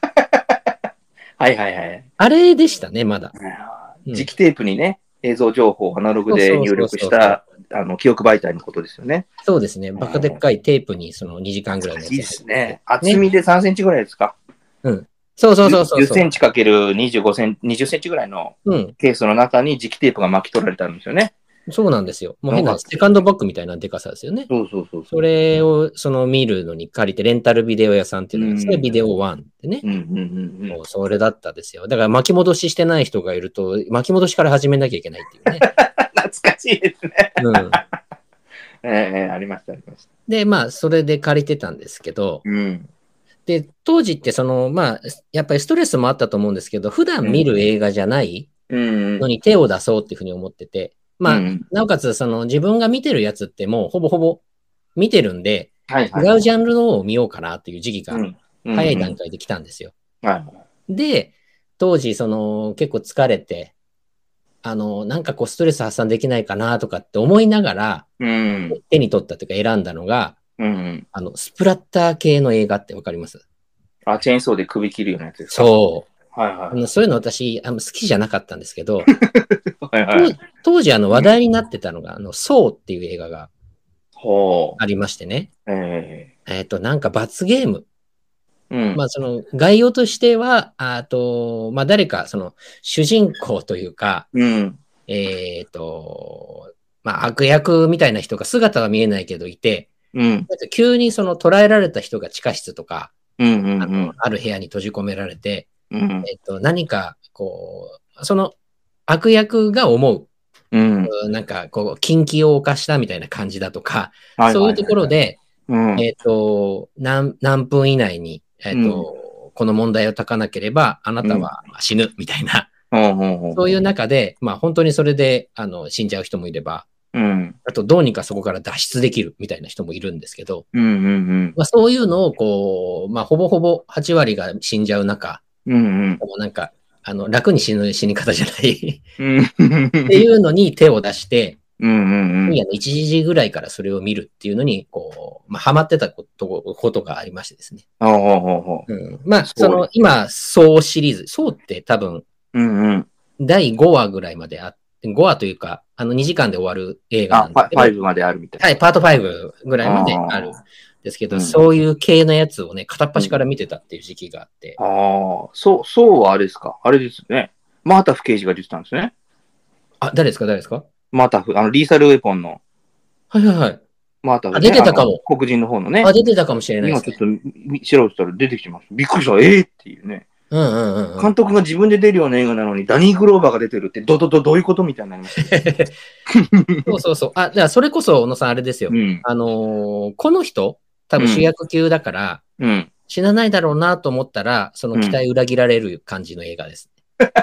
あれでしたね、まだ。 磁気テープにね、映像情報をアナログで入力した記憶媒体のことですよね。 そうですね。バカでっかいテープに2時間ぐらいのやつ。 いいですね。厚みで3センチぐらいですか？ そう。 10センチかける25センチ、20センチぐらいのケースの中に磁気テープが巻き取られたんですよね。 そうなんですよ。もう変なセカンドバッグみたいなデカさですよね。 そう。 それを見るのに借りて、レンタルビデオ屋さんっていうのが、それビデオワンってね。もうそれだったですよ。だから巻き戻ししてない人がいると、巻き戻しから始めなきゃいけないっていうね。 懐かしいですね。ありました。 で、まあ、それで借りてたんですけど、で、当時ってまあ、やっぱりストレスもあったと思うんですけど、普段見る映画じゃないのに手を出そうっていうふうに思ってて、まあ、なおかつ、自分が見てるやつってもうほぼほぼ見てるんで、違うジャンルのを見ようかなっていう時期が早い段階で来たんですよ。で、当時、結構疲れて、なんかストレス発散できないかなとかって思いながら、手に取ったというか選んだのが、スプラッター系の映画ってわかります？ チェーンソーで首切るようなやつですか？ そう。そういうの私、好きじゃなかったんですけど、当時話題になってたのが、ソーっていう映画がありましてね。なんか罰ゲーム。まあ、その概要としては、まあ、誰か、その、主人公というか、まあ、悪役みたいな人が姿は見えないけどいて、急にその捕らえられた人が地下室とか、ある部屋に閉じ込められて、何か、こう、その悪役が思う、なんか、こう、禁忌を犯したみたいな感じだとか、そういうところで、何分以内に、この問題を解かなければ、あなたは死ぬ、みたいな。そういう中で、まあ本当にそれで、死んじゃう人もいれば、あとどうにかそこから脱出できるみたいな人もいるんですけど、まあそういうのを、こう、まあほぼほぼ8割が死んじゃう中、なんか、楽に死ぬ死に方じゃないっていうのに手を出して、深夜の1時ぐらいからそれを見るっていうのに、こう、まあ、ハマってたことがありましてですね。まあ、その、今、そうシリーズ、そうって多分、第5話ぐらいまであって、5話というか、2時間で終わる映画なんですけど。 5まであるみたいな。 はい、パート5ぐらいまである。ですけど、そういう系のやつをね、片っ端から見てたっていう時期があって。 そうはあれですか。あれですね。マータフ刑事が出てたんですね。 誰ですかマータフ、リーサルウェポンの。 はいはいはい。 マータフ、 出てたかも。 黒人の方のね。 出てたかもしれないです、 ね。今ちょっと調べてたら出てきてます。びっくりした。っていうね。監督が自分で出るような映画なのに、ダニー・グローバーが出てるって、どういうことみたいになりました。 そう。じゃあ、それこそ、小野さん、あれですよ。この人、多分主役級だから、死なないだろうなと思ったら、その期待裏切られる感じの映画です。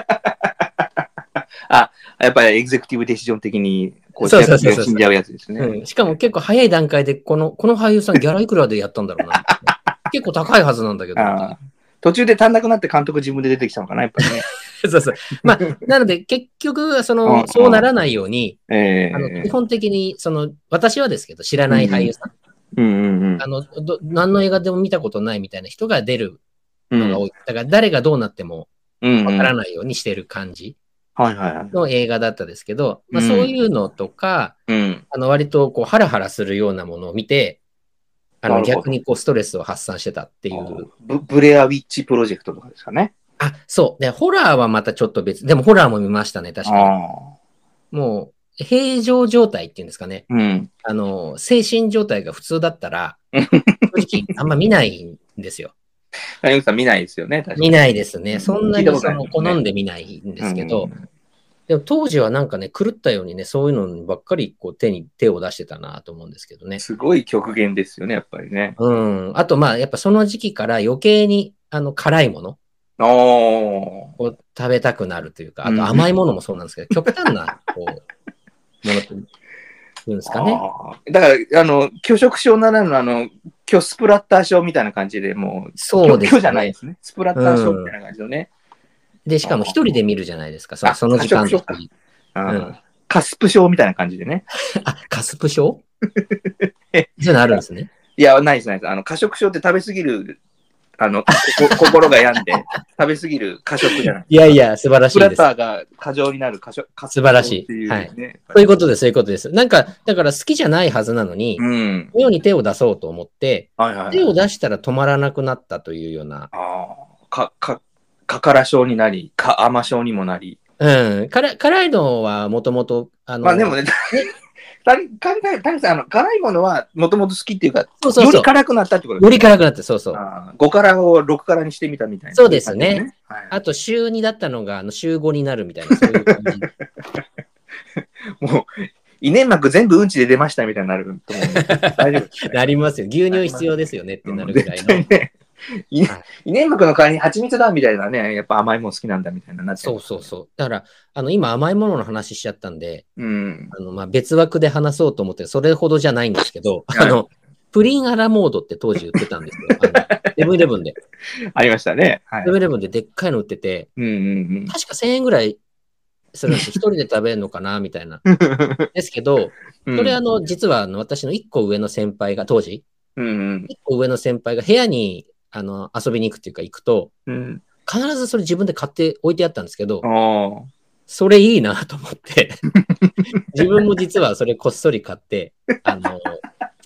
やっぱりエグゼクティブデシジョン的に、 こう、死んじゃうやつですね。 しかも結構早い段階で、この俳優さんギャラいくらでやったんだろうな。結構高いはずなんだけど。 途中で足んなくなって監督自分で出てきたのかな、やっぱりね。 まあ、なので結局、そうならないように、基本的に、私はですけど、知らない俳優さん。何の映画でも見たことないみたいな人が出るのが多い。だから誰がどうなってもわからないようにしてる感じの映画だったですけど、まあそういうのとか、割とこうハラハラするようなものを見て、逆にこうストレスを発散してたっていう。 ブレアウィッチプロジェクトとかですかね。 そう。で、ホラーはまたちょっと別。でもホラーも見ましたね、確かに。もう、平常状態っていうんですかね。精神状態が普通だったら、正直あんま見ないんですよ。 谷口さん見ないですよね、確かに。 見ないですね。そんなに好んで見ないんですけど、でも当時はなんかね、狂ったようにね、そういうのばっかりこう手を出してたなと思うんですけどね。 すごい極限ですよね、やっぱりね。 あとまあ、やっぱその時期から余計に辛いものを食べたくなるというか、あと甘いものもそうなんですけど、極端なこうものって言うんですかね。 だから、拒食症ならぬ、拒スプラッター症みたいな感じで、もう、 そうですね。 拒じゃないですね。スプラッター症みたいな感じのね。 で、しかも一人で見るじゃないですか、その時間で。 カスプ症みたいな感じでね。 カスプ症そういうのあるんですね。 いや、ないです。過食症って食べ過ぎる、心が病んで、食べ過ぎる過食じゃない。 いや、素晴らしいです。 スプラッターが過剰になる素晴らしい。はい。そういうことです。なんか、だから好きじゃないはずなのに、妙に手を出そうと思って、手を出したら止まらなくなったというような。 かから症になり、甘症にもなり。 辛いのはもともと、 まあでもね、谷さん、辛いものはもともと好きっていうか、より辛くなったってことですね。 より辛くなって、そう。 5辛を6辛にしてみたみたいな。 そうですね。あと、週2だったのが、週5になるみたいな、そういう感じ。 もう、胃粘膜全部うんちで出ましたみたいになると思う。大丈夫。 なりますよ。牛乳必要ですよねってなるぐらいの。 胃粘膜の代わりに蜂蜜だみたいなね、やっぱ甘いもの好きなんだみたいなそう。だから、今甘いものの話しちゃったんで、まあ、別枠で話そうと思って、それほどじゃないんですけど、プリンアラモードって当時売ってたんですよ。セブンイレブンで。 ありましたね。 セブンイレブンででっかいの売ってて、確か1000円ぐらいするんですよ。一人で食べるのかなみたいな。ですけど、それ実は私の1個上の先輩が、当時、1個上の先輩が部屋に遊びに行くっていうか行くと、必ずそれ自分で買って置いてあったんですけど、それいいなと思って、自分も実はそれこっそり買って、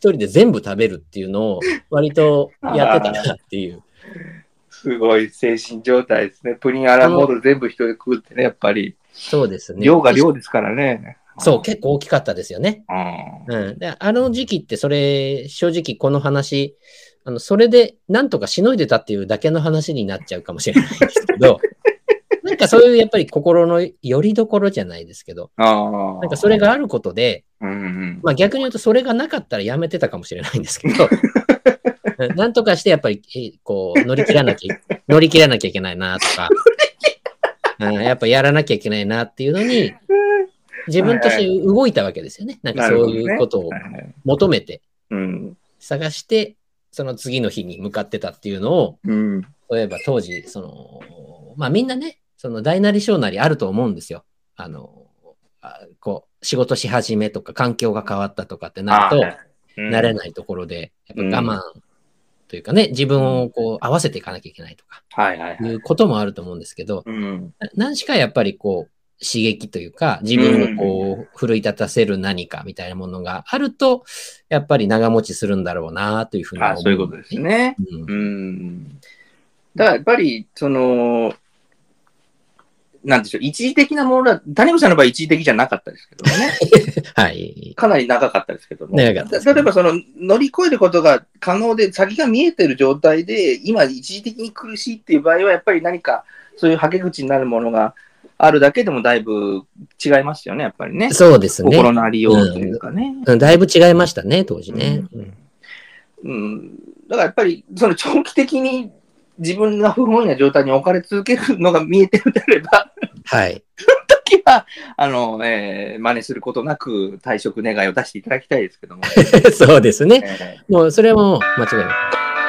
人で全部食べるっていうのを割とやってたなっていう。 すごい精神状態ですね。プリンアラモード全部一人で食うってね、やっぱり。 そうですね。 量が量ですからね。 そう、結構大きかったですよね。であの時期ってそれ、正直この話、それでなんとかしのいでたっていうだけの話になっちゃうかもしれないですけど、なんかそういうやっぱり心の拠り所じゃないですけど、なんかそれがあることで、まあ逆に言うとそれがなかったらやめてたかもしれないんですけど、なんとかしてやっぱりこう乗り切らなきゃいけないなとか、やっぱやらなきゃいけないなっていうのに、自分として動いたわけですよね。なんかそういうことを求めて、探して、その次の日に向かってたっていうのを、例えば当時、まあみんなね、その大なり小なりあると思うんですよ。こう、仕事し始めとか環境が変わったとかってなると、慣れないところで、やっぱ我慢というかね、自分をこう合わせていかなきゃいけないとか、いうこともあると思うんですけど、何しかやっぱりこう、刺激というか、自分をこう、奮い立たせる何かみたいなものがあると、やっぱり長持ちするんだろうなというふうに思う、 そういうことですね。だからやっぱり、なんでしょう、一時的なものだ、谷口さんの場合一時的じゃなかったですけどね。 はい。 かなり長かったですけども。例えば乗り越えることが可能で、先が見えてる状態で、今一時的に苦しいっていう場合は、やっぱり何か、そういうはけ口になるものがあるだけでもだいぶ違いますよね、やっぱりね。 そうですね。 心のありようというかね。 だいぶ違いましたね、当時ね。 だからやっぱり、長期的に自分が不本意な状態に置かれ続けるのが見えてるのであれば、 はい。 その時は、真似することなく退職願いを出していただきたいですけども。 そうですね。もう、それも間違いない。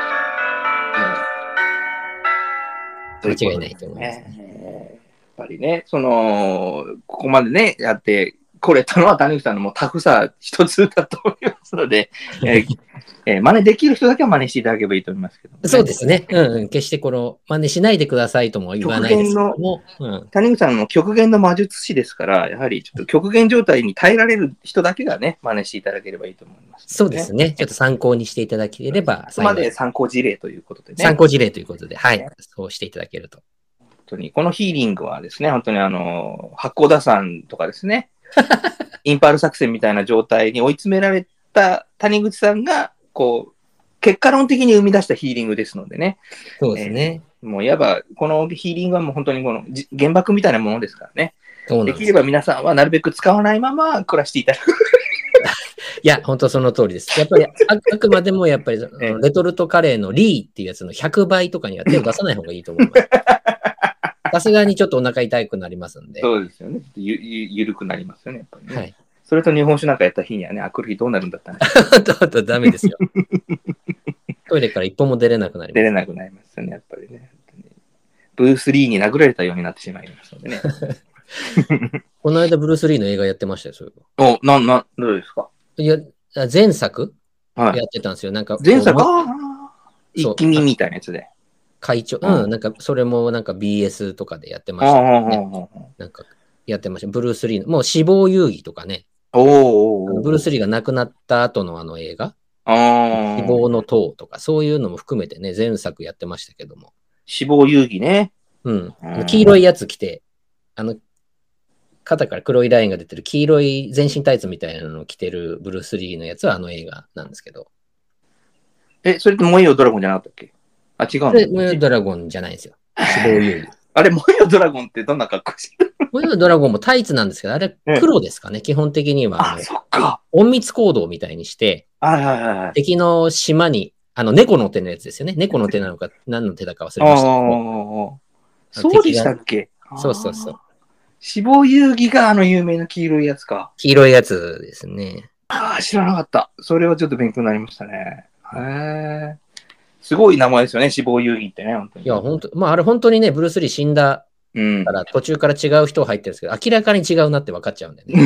間違いないと思いますね。 やっぱりね、ここまでね、やってこれたのは谷口さんのもうタフさ一つだと思いますので、真似できる人だけは真似していただければいいと思いますけども、ね。 そうですね。決して真似しないでくださいとも言わないですけども。 谷口さんの極限の魔術師ですから、やはりちょっと極限状態に耐えられる人だけがね、真似していただければいいと思います、 そうですね。ちょっと参考にしていただければ。 あくまで参考事例ということでね。 参考事例ということで、はい。そうしていただけると。 本当に、このヒーリングはですね、本当に八甲田山とかですね、インパール作戦みたいな状態に追い詰められた谷口さんが、結果論的に生み出したヒーリングですのでね。 そうですね。 もういわば、このヒーリングはもう本当に原爆みたいなものですからね。できれば皆さんはなるべく使わないまま暮らしていただく。 いや、本当その通りです。やっぱり、あくまでもやっぱり、レトルトカレーのリーっていうやつの100倍とかには手を出さない方がいいと思います。さすがにちょっとお腹痛くなりますんで。 そうですよね。ゆるくなりますよね、やっぱりね。はい。それと日本酒なんかやった日にはね、あくる日どうなるんだったら。ダメですよ。トイレから一歩も出れなくなります。 出れなくなりますよね、やっぱりね。ブルース・リーに殴られたようになってしまいますのでね。 この間、ブルース・リーの映画やってましたよ、それは。 どうですか？ いや、前作、やってたんですよ。なんか、 前作一気見みたいなやつで。 会長、なんか、それもなんか BS とかでやってました、ね。なんか、やってました。ブルース・リーの、もう死亡遊戯とかね。ブルース・リーが亡くなった後の映画。死亡の塔とか、そういうのも含めてね、前作やってましたけども。 死亡遊戯ね。 黄色いやつ着て、肩から黒いラインが出てる黄色い全身タイツみたいなのを着てるブルース・リーのやつは映画なんですけど。 それって燃えよドラゴンじゃなかったっけ？あ、違うの？ 燃えよドラゴンじゃないんですよ。死亡遊戯。 あれ、燃えよドラゴンってどんな格好してる？ 燃えよドラゴンもタイツなんですけど、あれ黒ですかね、基本的には。 そっか。 隠密行動みたいにして、敵の島に、猫の手のやつですよね。猫の手なのか何の手だか忘れましたけど。 そうでしたっけ？ そうそうそう。 死亡遊戯が有名な黄色いやつか。 黄色いやつですね。 知らなかった。それはちょっと勉強になりましたね。すごい名前ですよね、死亡遊戯ってね、本当に。 いや、本当、あれ本当にね、ブルース・リー死んだから途中から違う人入ってるんですけど、明らかに違うなって分かっちゃうんだよね。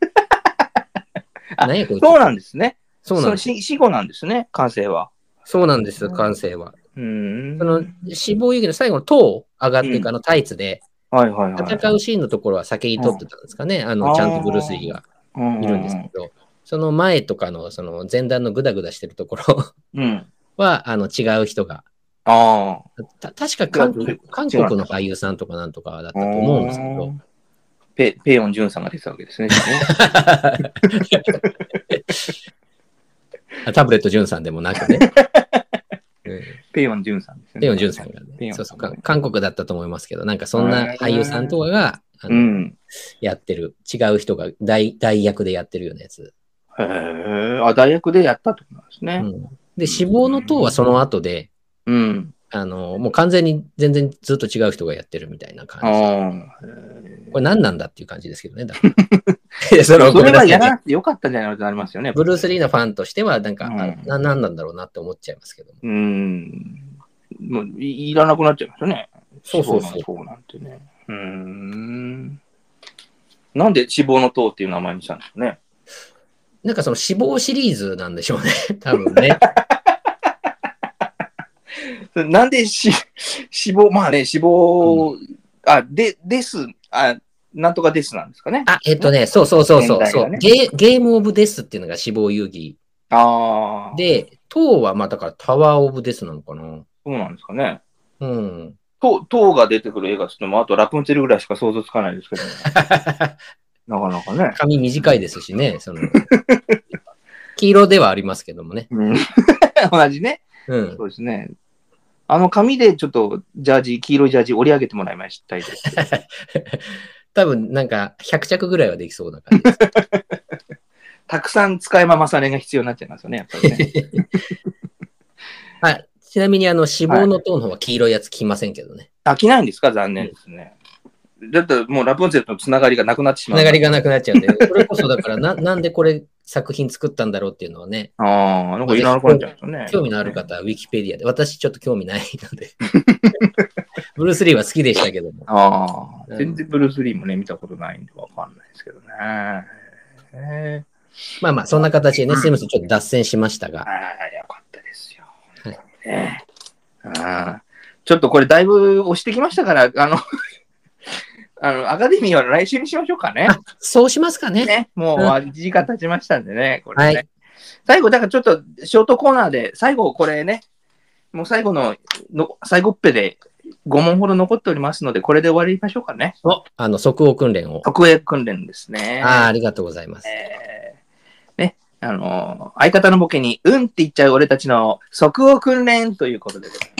そうなんですね。 そうなんです。 死後なんですね、完成は。 そうなんです、完成は。死亡遊戯の最後の塔上がっていくタイツで、戦うシーンのところは先に撮ってたんですかね。ちゃんとブルース・リーがいるんですけど。 その前とかの、その前段のグダグダしてるところは、違う人が。確か韓国の俳優さんとかなんとかだったと思うんですけど。 ペヨンジュンさんが出てたわけですね。 タブレットジュンさんでもなくね。 ペヨンジュンさんですね。 ペヨンジュンさんがね。そうそう、韓国だったと思いますけど、なんかそんな俳優さんとかが、やってる、違う人が代役でやってるようなやつ。 代役でやったってことなんですね。 で、死亡の塔はその後で、もう完全に全然ずっと違う人がやってるみたいな感じ。これ何なんだっていう感じですけどね。だからそれはやらなくてよかったんじゃないのってなりますよね。 ブルース・リーのファンとしては、なんか、何なんだろうなって思っちゃいますけど。 もういらなくなっちゃいますよね。 そうそう。 そうなんてね。なんで死亡の塔っていう名前にしたんですかね。 なんかその死亡シリーズなんでしょうね。多分ね。 なんで死亡、まあね、死亡、なんとかデスなんですかね。 そう。ゲームオブデスっていうのが死亡遊戯。で、塔はまあだからタワーオブデスなのかな。 そうなんですかね。塔が出てくる映画って言っても、あとラプンツェルぐらいしか想像つかないですけど、ね、なかなかね。 髪短いですしね、黄色ではありますけどもね。 同じね。そうですね。紙でちょっと黄色いジャージ折り上げてもらいましたいです。 多分なんか100着ぐらいはできそうな感じです。 たくさん使い回されが必要になっちゃいますよね、やっぱりね。 はい。ちなみに死亡の塔の方は黄色いやつ着ませんけどね。 着ないんですか？残念ですね。だってもうラプンツェルとのつながりがなくなってしまう。 つながりがなくなっちゃうんで、それこそだからなんでこれ作品作ったんだろうっていうのはね。 なんかいらなくなっちゃうんですよね。 興味のある方はウィキペディアで、私ちょっと興味ないので。ブルース・リーは好きでしたけども。 全然ブルース・リーもね、見たことないんでわかんないですけどね。 まあまあ、そんな形でね、すみません、ちょっと脱線しましたが。 よかったですよ。ちょっとこれだいぶ押してきましたから、アカデミーは来週にしましょうかね。 そうしますかね。 もう1時間経ちましたんでね、これね。最後、だからちょっとショートコーナーで、最後これね、もう最後最後っぺで5問ほど残っておりますので、これで終わりましょうかね。 即応訓練を。 即応訓練ですね。 ありがとうございます。 ね、相方のボケに、うんって言っちゃう俺たちの即応訓練ということでございます。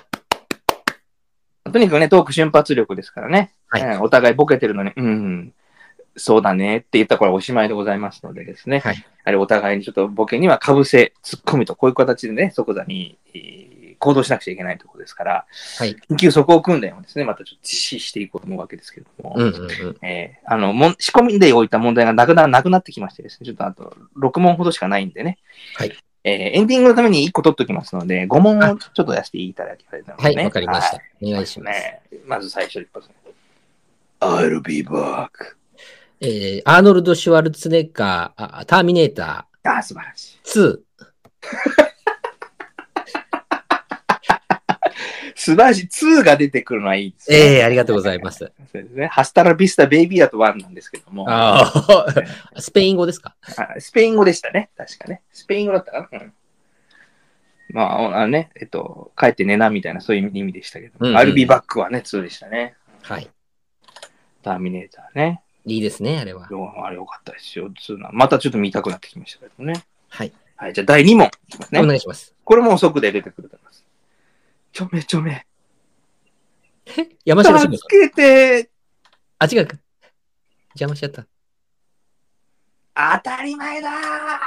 とにかくね、トーク瞬発力ですからね。お互いボケてるのに、そうだねって言ったらこれおしまいでございますのでですね。お互いにちょっとボケにはかぶせ、ツッコミとこういう形でね、即座に行動しなくちゃいけないということですから、緊急即応訓練をですね、またちょっと実施していこうと思うわけですけれども、仕込みで置いた問題がなくなってきましてですね、ちょっとあと6問ほどしかないんでね。エンディングのために1個取っておきますので、5問をちょっと出していただきたいと思いますね。 わかりました。お願いします。 まず最初一発目。I'll be back. アーノルド・シュワルツェネッガー、ターミネーター。素晴らしい。 2。 素晴らしい。2が出てくるのはいいですね。ありがとうございます。 そうですね。ハスタラビスタベイビーだと1なんですけども。 スペイン語ですか？ スペイン語でしたね。確かね。スペイン語だったかな。まあ、帰って寝なみたいなそういう意味でしたけど。I'll be back はね、2でしたね。ターミネーターね。 いいですね、あれは。 あれよかったですよ。またちょっと見たくなってきましたけどね。 はい、 じゃあ第2問いきますね。 お願いします。 これも即で出てくると思います。ちょめ。 山城助けて。 違うか。邪魔しちゃった。 当たり前だ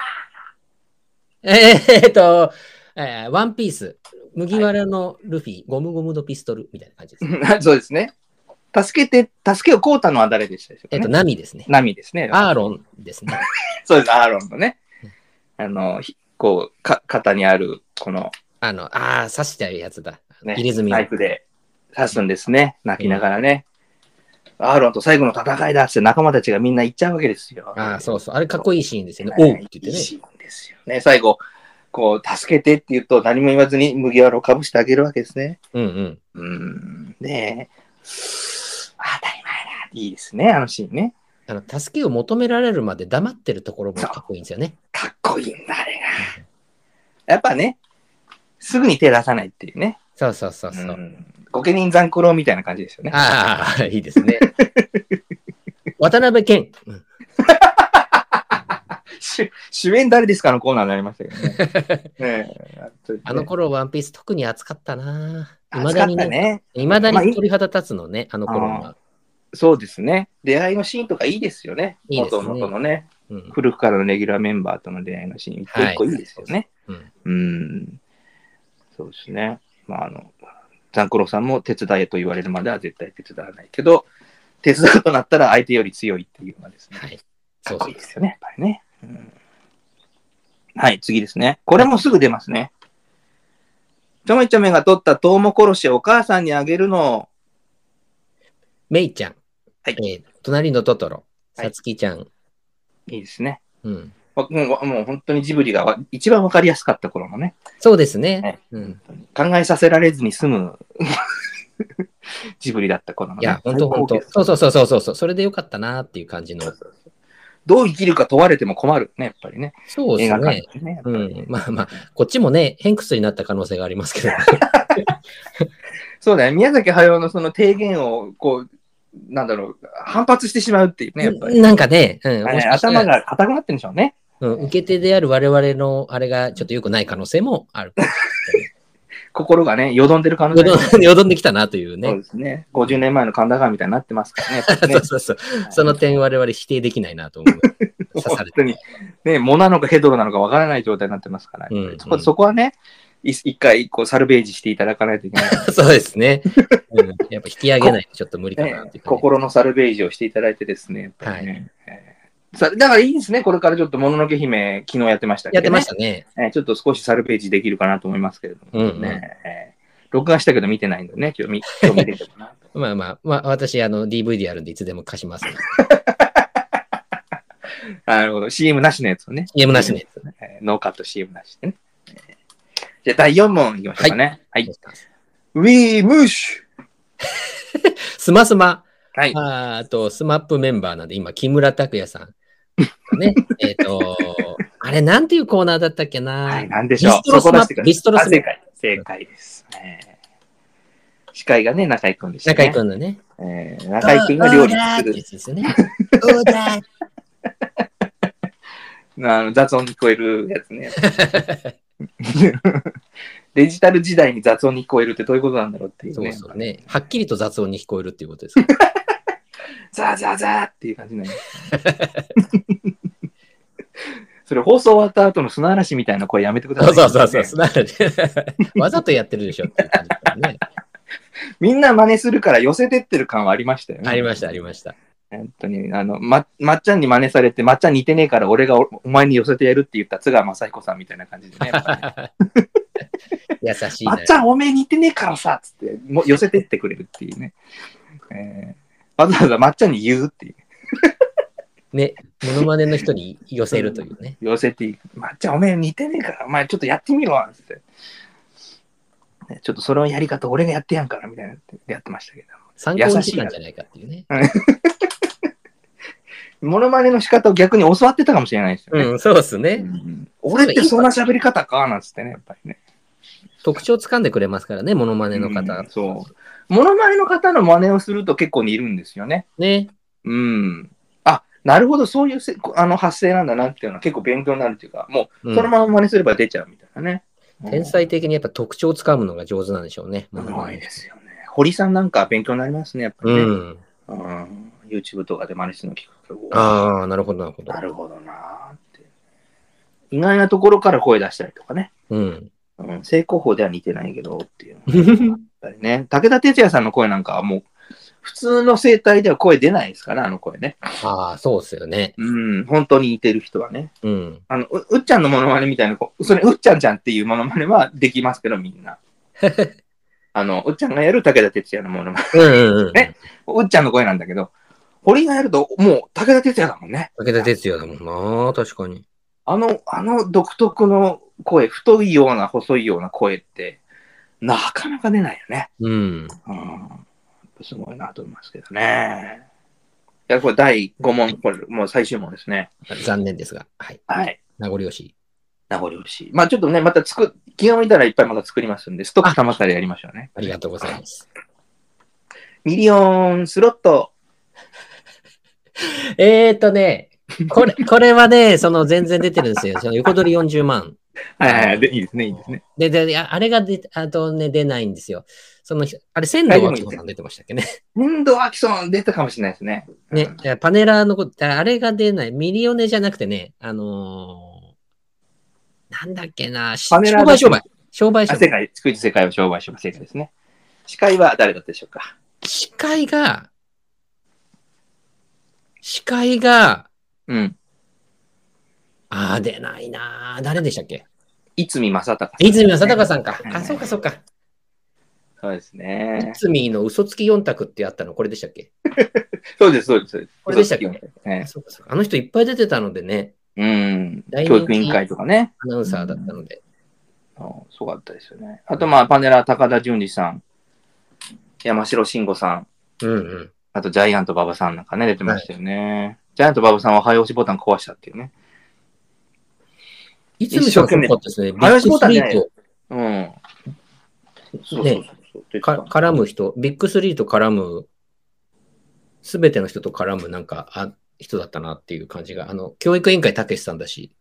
ワンピース。麦わらのルフィ、ゴムゴムのピストルみたいな感じですね。そうですね。助けをこうたのは誰でしたでしょうか、ね。 ナミですね。 ナミですね。 アーロンですね。 そうです、アーロンのね。こう、肩にある、この。 刺しちゃうやつだ。 入れ墨ナイフで刺すんですね。泣きながらね。アーロンと最後の戦いだって仲間たちがみんな言っちゃうわけですよ。 そうそう。あれかっこいいシーンですよね。おうって言ってね。いいシーンですよね。最後、こう、助けてって言うと何も言わずに麦わらをかぶしてあげるわけですね。ねえ。当たり前だ。いいですね、あのシーンね。 助けを求められるまで黙ってるところもかっこいいんですよね。 かっこいいんだ、あれが。やっぱね、すぐに手出さないっていうね。 そうそうそうそう。 御家人残九郎みたいな感じですよね。 ああ、いいですね。渡辺謙。 主演誰ですかのコーナーになりましたけどね。 あの頃ワンピース特に熱かったな。 熱かったね。 いまだに鳥肌立つのね、あの頃は。 そうですね。出会いのシーンとかいいですよね。 いいですね。 元々のね、古くからのレギュラーメンバーとの出会いのシーン、結構いいですよね。そうですね。残九郎さんも手伝えと言われるまでは絶対手伝わないけど、手伝うとなったら相手より強いっていうのはですね。はい。かっこいいですよね、やっぱりね。はい、次ですね。これもすぐ出ますね。ちょめちょめが取ったトウモコロシをお母さんにあげるの。 メイちゃん。 はい。 隣のトトロ。さつきちゃん。 いいですね。もう本当にジブリが一番わかりやすかった頃のね。 そうですね。 考えさせられずに済むジブリだった頃のね。 いや、本当。そう。それでよかったなっていう感じの。 どう生きるか問われても困るね、やっぱりね。 そうですね。まあ、こっちもね、偏屈になった可能性がありますけど。 そうだね。宮崎駿のその提言を、反発してしまうっていうね、やっぱり。 なんかね、 頭が硬くなってるんでしょうね。 受け手である我々のあれがちょっと良くない可能性もある。 心がね、よどんでる可能性よどんできたなというね。 そうですね。50年前の神田川みたいになってますからね。 そう。その点我々否定できないなと思う。 本当に。ね、藻なのかヘドロなのかわからない状態になってますから。そこはね、一回サルベージしていただかないといけない。 そうですね。やっぱ引き上げないとちょっと無理かなっていう。 心のサルベージをしていただいてですね。やっぱりね。だからいいですね。これからちょっともののけ姫、昨日やってましたけど、ね。 やってましたね。 ちょっと少しサルベージできるかなと思いますけれどもね。録画したけど見てないんでね。今日見ててもな。 まあ、私、DVD あるんでいつでも貸します。 なるほど。CM なしのやつをね。 CM なしのやつ。 ノーカット CM なしでね。じゃあ第4問いきましょうかね。はい。ウィームッシュスマスマ。 はい。 あと、スマップメンバーなんで、今、木村拓哉さん。ね。あれ、なんていうコーナーだったっけな。 はい、なんでしょう。 ビストロスマップ。 正解です。司会がね、中居君でしたね。 中居君のね。 中居君が料理作る。 ですね。 雑音に聞こえるやつね。デジタル時代に雑音に聞こえるってどういうことなんだろうっていうね。 そうね。はっきりと雑音に聞こえるっていうことですザーザーザーっていう感じになります。それ放送終わった後の砂嵐みたいな声やめてください。 そう、砂嵐。わざとやってるでしょっていう感じだね。 みんな真似するから寄せてってる感はありましたよね。 ありました。 本当に、まっちゃんに真似されて、まっちゃん似てねえから俺がお前に寄せてやるって言った津川雅彦さんみたいな感じでね。 優しい。 まっちゃんおめえ似てねえからさつって寄せてってくれるっていうね。わざわざまっちゃんに言うっていう。 ね、モノマネの人に寄せるというね。 寄せていく。まっちゃんおめえ似てねえから、お前ちょっとやってみろつって。ちょっとそのやり方俺がやってやんからみたいなやってましたけど。 参考にしてたんじゃないかっていうね。 モノマネの仕方を逆に教わってたかもしれないですよね。 そうですね。 俺ってそんな喋り方かなんつってね、やっぱりね。 特徴つかんでくれますからね、モノマネの方。 そう。モノマネの方の真似をすると結構似るんですよね。 ね。 あ、なるほど、そういう発声なんだなっていうのは結構勉強になるっていうか、もうそのまま真似すれば出ちゃうみたいなね。 天才的にやっぱ特徴をつかむのが上手なんでしょうね。 すごいですよね。堀さんなんか勉強になりますね、やっぱりね。YouTube とかで真似するの聞くと。 ああ、なるほど。 なるほどなーって。意外なところから声出したりとかね。正攻法では似てないけどっていう。やっぱりね、武田鉄矢さんの声なんかはもう、普通の声帯では声出ないですから、あの声ね。 ああ、そうですよね。 本当に似てる人はね。 うっちゃんのモノマネみたいな、それ、うっちゃんちゃんっていうモノマネはできますけど、みんな。うっちゃんがやる武田鉄矢のモノマネ。ね。うっちゃんの声なんだけど、堀がやると、もう武田鉄矢だもんね。 武田鉄矢だもんな、確かに。 あの独特の声、太いような細いような声って、なかなか出ないよね。すごいなと思いますけどね。 や、これ第5問、これもう最終問ですね。 残念ですが。はい。 はい。 名残惜しい。 名残惜しい。まあちょっとね、また気が向いたらいっぱいまた作りますんで、ストック溜まったらやりましょうね。 ありがとうございます。 ミリオンスロット。 これはね、全然出てるんですよ。その横取り40万。 はい、いいですね、いいですね。 で、あれが出ないんですよ。あれ、仙道明子さん出てましたっけね。 仙道明子さん出たかもしれないですね。 ね、パネラーのこと、あれが出ない、ミリオネじゃなくてね、なんだっけな、商売。 世界、クイズ世界は商売商売正解ですね。司会は誰だったでしょうか。 司会が、 うん。 出ないな。誰でしたっけ？ 逸見正隆さん。逸見正隆さんか。そうか、そうか。 そうですね。 逸見の嘘つき4択ってあったの、これでしたっけ？ そうです、そうです。 これでしたっけ？そうか、そうか。あの人いっぱい出てたのでね。 教育委員会とかね。 アナウンサーだったので。 そうかったですよね。あと、パネラー高田純次さん、山城慎吾さん、あとジャイアント馬場さんなんかね、出てましたよね。ジャイアント馬場さんは早押しボタン壊したっていうね。 いつもそうかったですね。 早押しボタンね。 そう。絡む人、ビッグ3と絡む、すべての人と絡む人だったなっていう感じが、教育委員会たけしさんだし。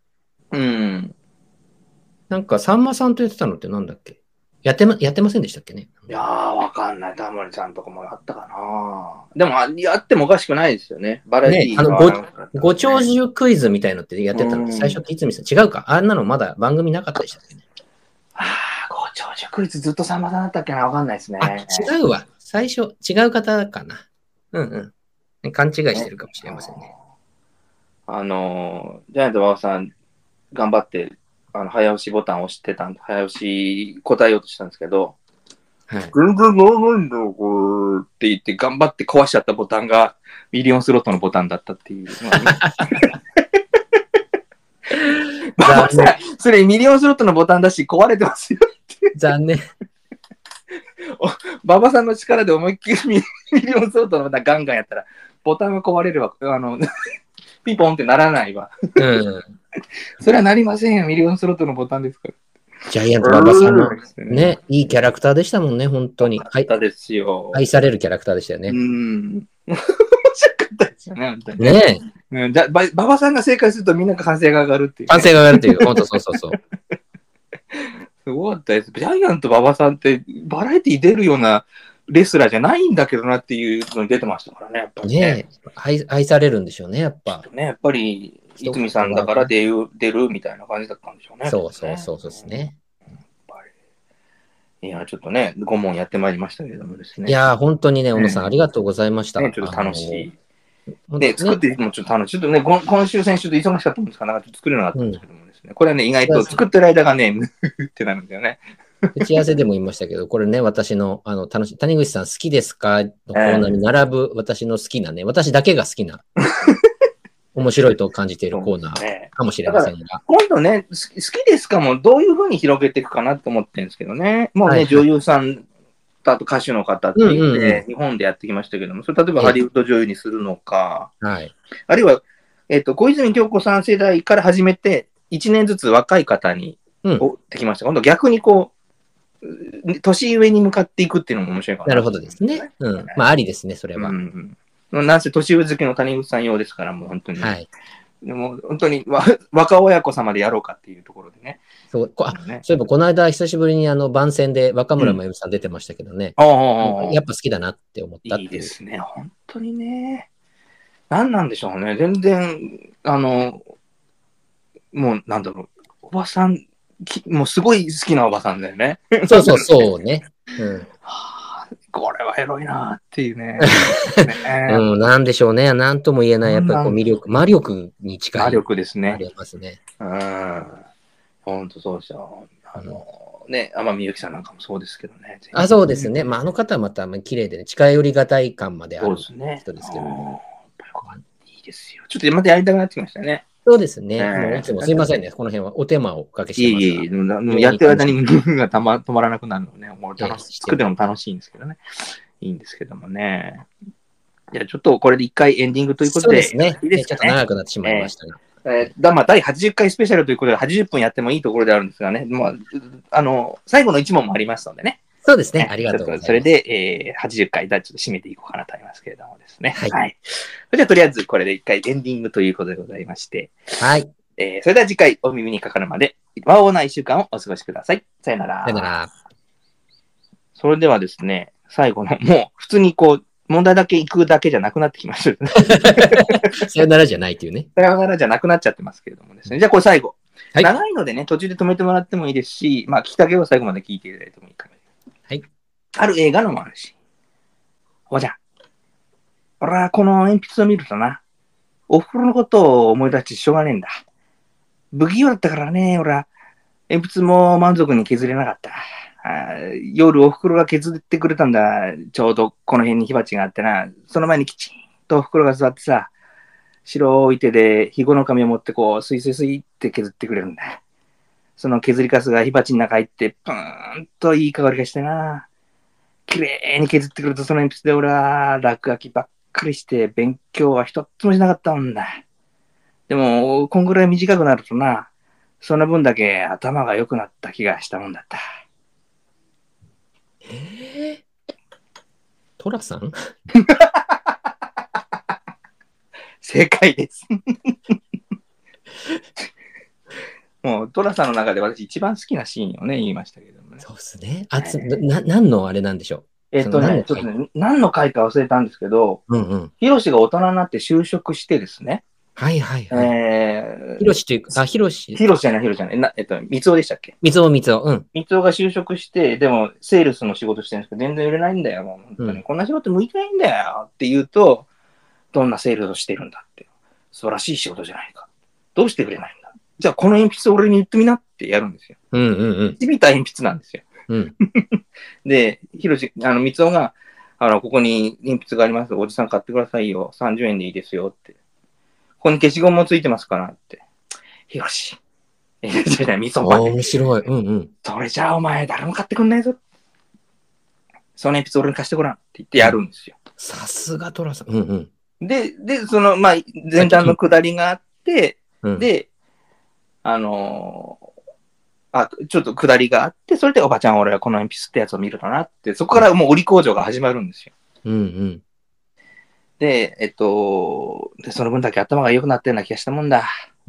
さんまさんとやってたのってなんだっけ？やってませんでしたっけね？ いやー、わかんない。タモリさんとかもあったかな。でも、やってもおかしくないですよね。バラエティーのご長寿クイズみたいのってやってたの最初っていつみさん違うか？あんなのまだ番組なかったでしたっけね？ ご長寿クイズずっとさんまさんだったっけな？わかんないですね。 違うわ。最初、違う方かな。勘違いしてるかもしれませんね。 ジャイアント馬場さん、頑張って、早押しボタンを押してたんで、早押し答えようとしたんですけど、全然なんだよ、これって言って、頑張って壊しちゃったボタンが、ミリオンスロットのボタンだったっていう。それミリオンスロットのボタンだし、壊れてますよって。 残念。 馬場さんの力で思いっきりミリオンスロットのボタンガンガンやったら、ボタンが壊れるわ。ピンポンってならないわ。それはなりませんよ。ミリオンスロットのボタンですから。 ジャイアント馬場さんのね、いいキャラクターでしたもんね、本当に。 キャラクターですよ。 愛されるキャラクターでしたよね。 面白かったですよね、本当に。ねえ。馬場さんが正解するとみんなが歓声が上がるっていう。 歓声が上がるっていう、本当そうそうそう。 すごかったです。ジャイアント馬場さんってバラエティ出るようなレスラーじゃないんだけどなっていうのに出てましたからね、やっぱりね。 愛されるんでしょうね、やっぱ。 ね、やっぱり、泉さんだから出るみたいな感じだったんでしょうね。 そうですね。 いや、ちょっとね、5問やってまいりましたけれどもですね。 いや、本当にね、小野さん、ありがとうございました。 ちょっと楽しい。で、作ってもちょっと楽しい。ちょっとね、今週、先週と忙しかったんですから、なんか作れなかったんですけどもですね。これはね、意外と作ってる間がね、ってなるんだよね。 打ち合わせでも言いましたけど、これね、私の、谷口さん好きですかのコーナーに並ぶ私の好きなね、私だけが好きな、面白いと感じているコーナーかもしれませんが。 今度ね、好きですかもどういうふうに広げていくかなと思ってるんですけどね。もうね、女優さんとあと歌手の方って言って、日本でやってきましたけども、それ例えばハリウッド女優にするのか、あるいは、小泉京子さん世代から始めて、1年ずつ若い方にできました。今度逆に年上に向かっていくっていうのも面白いかな。 なるほどですね。ありですね、それは。 なんせ年上好きの谷口さん用ですから、もう本当に。でも本当に若親子様でやろうかっていうところでね。 そういえばこの間久しぶりに番宣で若村真由美さん出てましたけどね。やっぱ好きだなって思ったっていう。 いいですね、本当にね。何なんでしょうね。全然、もうなんだろう、おばさん、もうすごい好きなおばさんだよね。 そうね。 これはエロいなっていうね。 なんでしょうね。なんとも言えない、やっぱり魔力に近い。 魔力ですね。 ありますね。 本当そうですよ。ね、天海祐希さんなんかもそうですけどね。 そうですね。あの方はまた綺麗でね、近寄りがたい感まである人ですけど。 いいですよ。ちょっとまたやりたくなってきましたね。 そうですね。もういつもすいませんね。この辺はお手間をおかけしてますが。 やってる間にが止まらなくなるのね。もう作ってるのも楽しいんですけどね。いいんですけどもね。 じゃあちょっとこれで一回エンディングということで。 そうですね。いいですかね。ちょっと長くなってしまいましたが。 まあ、第80回スペシャルということで80分やってもいいところであるんですがね、まあ、最後の1問もありますのでね。 そうですね。ありがとうございます。 それで、80回、ちょっと締めていこうかなと思いますけれどもですね。はい。はい、じゃあ、とりあえずこれで一回エンディングということでございまして。 はい。 それでは次回お耳にかかるまで、和王な1週間をお過ごしください。さよなら。 さよなら。 それではですね、最後の、もう普通にこう、問題だけ行くだけじゃなくなってきました、ね。 さよならじゃないっていうね。 さよならじゃなくなっちゃってますけれどもですね。じゃあこれ最後。はい、長いのでね、途中で止めてもらってもいいですし、まあ、聞きたけを最後まで聞いていただいてもいいかも。 はい。 ある映画のもあるし。おばちゃん。俺はこの鉛筆を見るとな、おふくろのことを思い出してしょうがねえんだ。不器用だったからね、俺は鉛筆も満足に削れなかった。夜おふくろが削ってくれたんだ。ちょうどこの辺に火鉢があってな、その前にきちんとおふくろが座ってさ、白い手でひごの紙を持ってこう、スイスイスイって削ってくれるんだ。その削りカスが火鉢の中入って、プーンといい香りがしてな。綺麗に削ってくるとその鉛筆で俺は落書きばっかりして勉強は一つもしなかったんだ。でも、こんぐらい短くなるとな、その分だけ頭が良くなった気がしたもんだった。 トラさん正解です。もう、トラさんの中で私一番好きなシーンをね、言いましたけどもね。 そうですね。何のあれなんでしょう。 ちょっとね、何の回か忘れたんですけど、ヒロシが大人になって就職してですね。 はいはいはい。ヒロシというか、ヒロシじゃない。 三つおでしたっけ？ 三つお。三つおが就職して、でも、セールスの仕事してるんですけど、全然売れないんだよ、もう本当に。こんな仕事向いてないんだよって言うと、どんなセールスをしてるんだって。素晴らしい仕事じゃないか。どうしてくれないんだ？じゃあ、この鉛筆俺に言ってみなってやるんですよ。ちびた鉛筆なんですよ。で、ヒロシ、三つおが、ここに鉛筆があります。おじさん買ってくださいよ。30円でいいですよって。ここに消しゴムもついてますからって。ヒロシ。みそば。 面白い。 それじゃあお前誰も買ってくんないぞ。その鉛筆俺に貸してごらんって言ってやるんですよ。 さすがトラさん。 で、その、まあ、前段の下りがあって、で、ちょっと下りがあって、それでおばちゃん俺はこの鉛筆ってやつを見るとなって、そこからもう売り工場が始まるんですよ。で、で、その分だけ頭が良くなったような気がしたもんだ。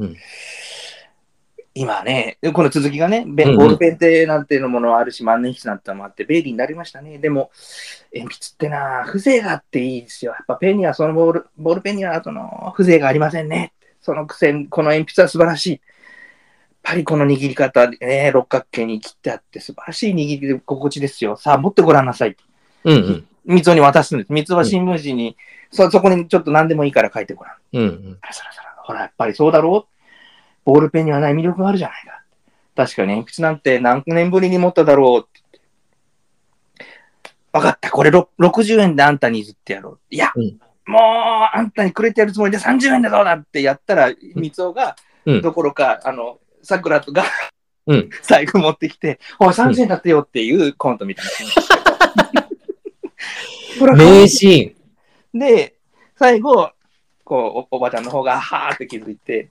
今ね、この続きがね、ボールペンってなんていうのものあるし、万年筆なんてのもあって便利になりましたね。でも、鉛筆ってな、風情があっていいですよ。やっぱペンには、そのボールペンにはその風情がありませんね。そのくせに、この鉛筆は素晴らしい。やっぱりこの握り方でね、六角形に切ってあって素晴らしい握り心地ですよ。さあ、持ってごらんなさい。三つおに渡すんです。三つおは新聞紙に、そこにちょっと何でもいいから書いてごらん。ほら、やっぱりそうだろう。ボールペンにはない魅力があるじゃないか。確かに鉛筆なんて何年ぶりに持っただろうって言って。分かった、これ60円であんたに譲ってやろう。いや、もうあんたにくれてやるつもりで30円でどうだってやったら、三つおが、どころか、さくらとが、財布持ってきて、おい、30円だってよっていうコントみたいな。名シーン。で、最後、こう、おばちゃんの方が、はーって気づいて、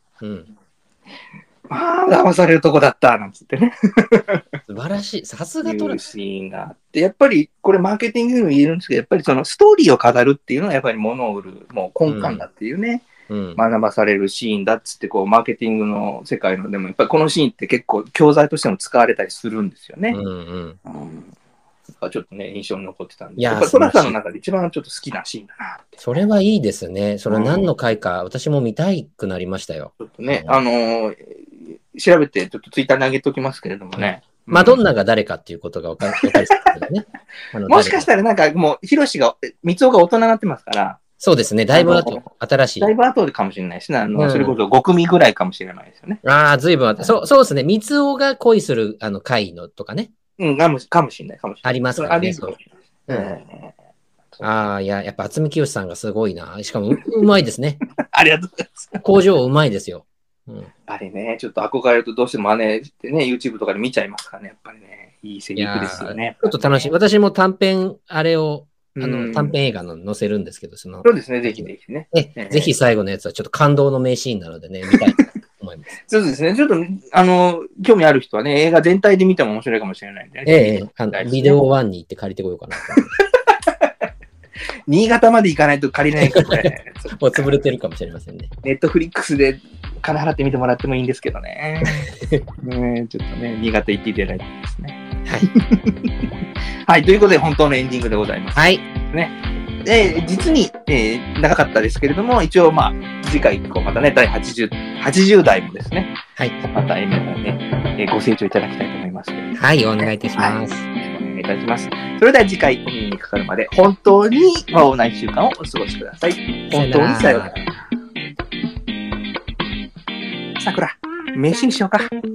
ああ、騙されるとこだった、なんつってね。 素晴らしい。さすがトラシーンがあって、やっぱりこれマーケティングにも言えるんですけど、やっぱりそのストーリーを語るっていうのはやっぱり物を売る、もう根幹だっていうね、学ばされるシーンだっつって、こう、マーケティングの世界のでも、やっぱりこのシーンって結構教材としても使われたりするんですよね。ちょっとね、印象に残ってたんで、やっぱりトラさんの中で一番ちょっと好きなシーンだなって。 それはいいですね。それ何の回か、私も見たくなりましたよ。 ちょっとね、調べて、ちょっとツイッターに上げておきますけれどもね。 マドンナが誰かっていうことが分かるんですけどね。 もしかしたらなんかもう、ヒロシが、三つおが大人になってますから、 そうですね。だいぶ後、新しい。 だいぶ後でかもしれないしね。それこそ5組ぐらいかもしれないですよね。 ああ、随分後。そうですね。三つおが恋する会のとかね。 かもしれない。 ありますからね。ああ、やっぱ渥美清さんがすごいな。しかもうまいですね。 ありがとうございます。 工場うまいですよ。 あれね、ちょっと憧れるとどうしても真似してね、YouTube とかで見ちゃいますからね、やっぱりね。いいセリフですよね。 ちょっと楽しい。私も短編、あれを短編映画の載せるんですけど、 そうですね、ぜひぜひね。 ぜひ最後のやつはちょっと感動の名シーンなのでね、見たいと思います。 そうですね、ちょっと、興味ある人はね、映画全体で見ても面白いかもしれないんでね。ビデオ1に行って借りてこようかな。 新潟まで行かないと借りれないからね。 もう潰れてるかもしれませんね。 ネットフリックスで金払って見てもらってもいいんですけどね。ちょっとね、新潟行っていただいてですね。はい。はい、ということで本当のエンディングでございます。 はい。 ね。実に、長かったですけれども、一応次回以降またね、第80代もですね。 はい。 また皆さんね、ご清聴いただきたいと思います。 はい、お願いいたします。 お願いいたします。それでは次回お耳にかかるまで、本当に魔王な1週間をお過ごしください。本当にさようなら。さくら、飯にしようか。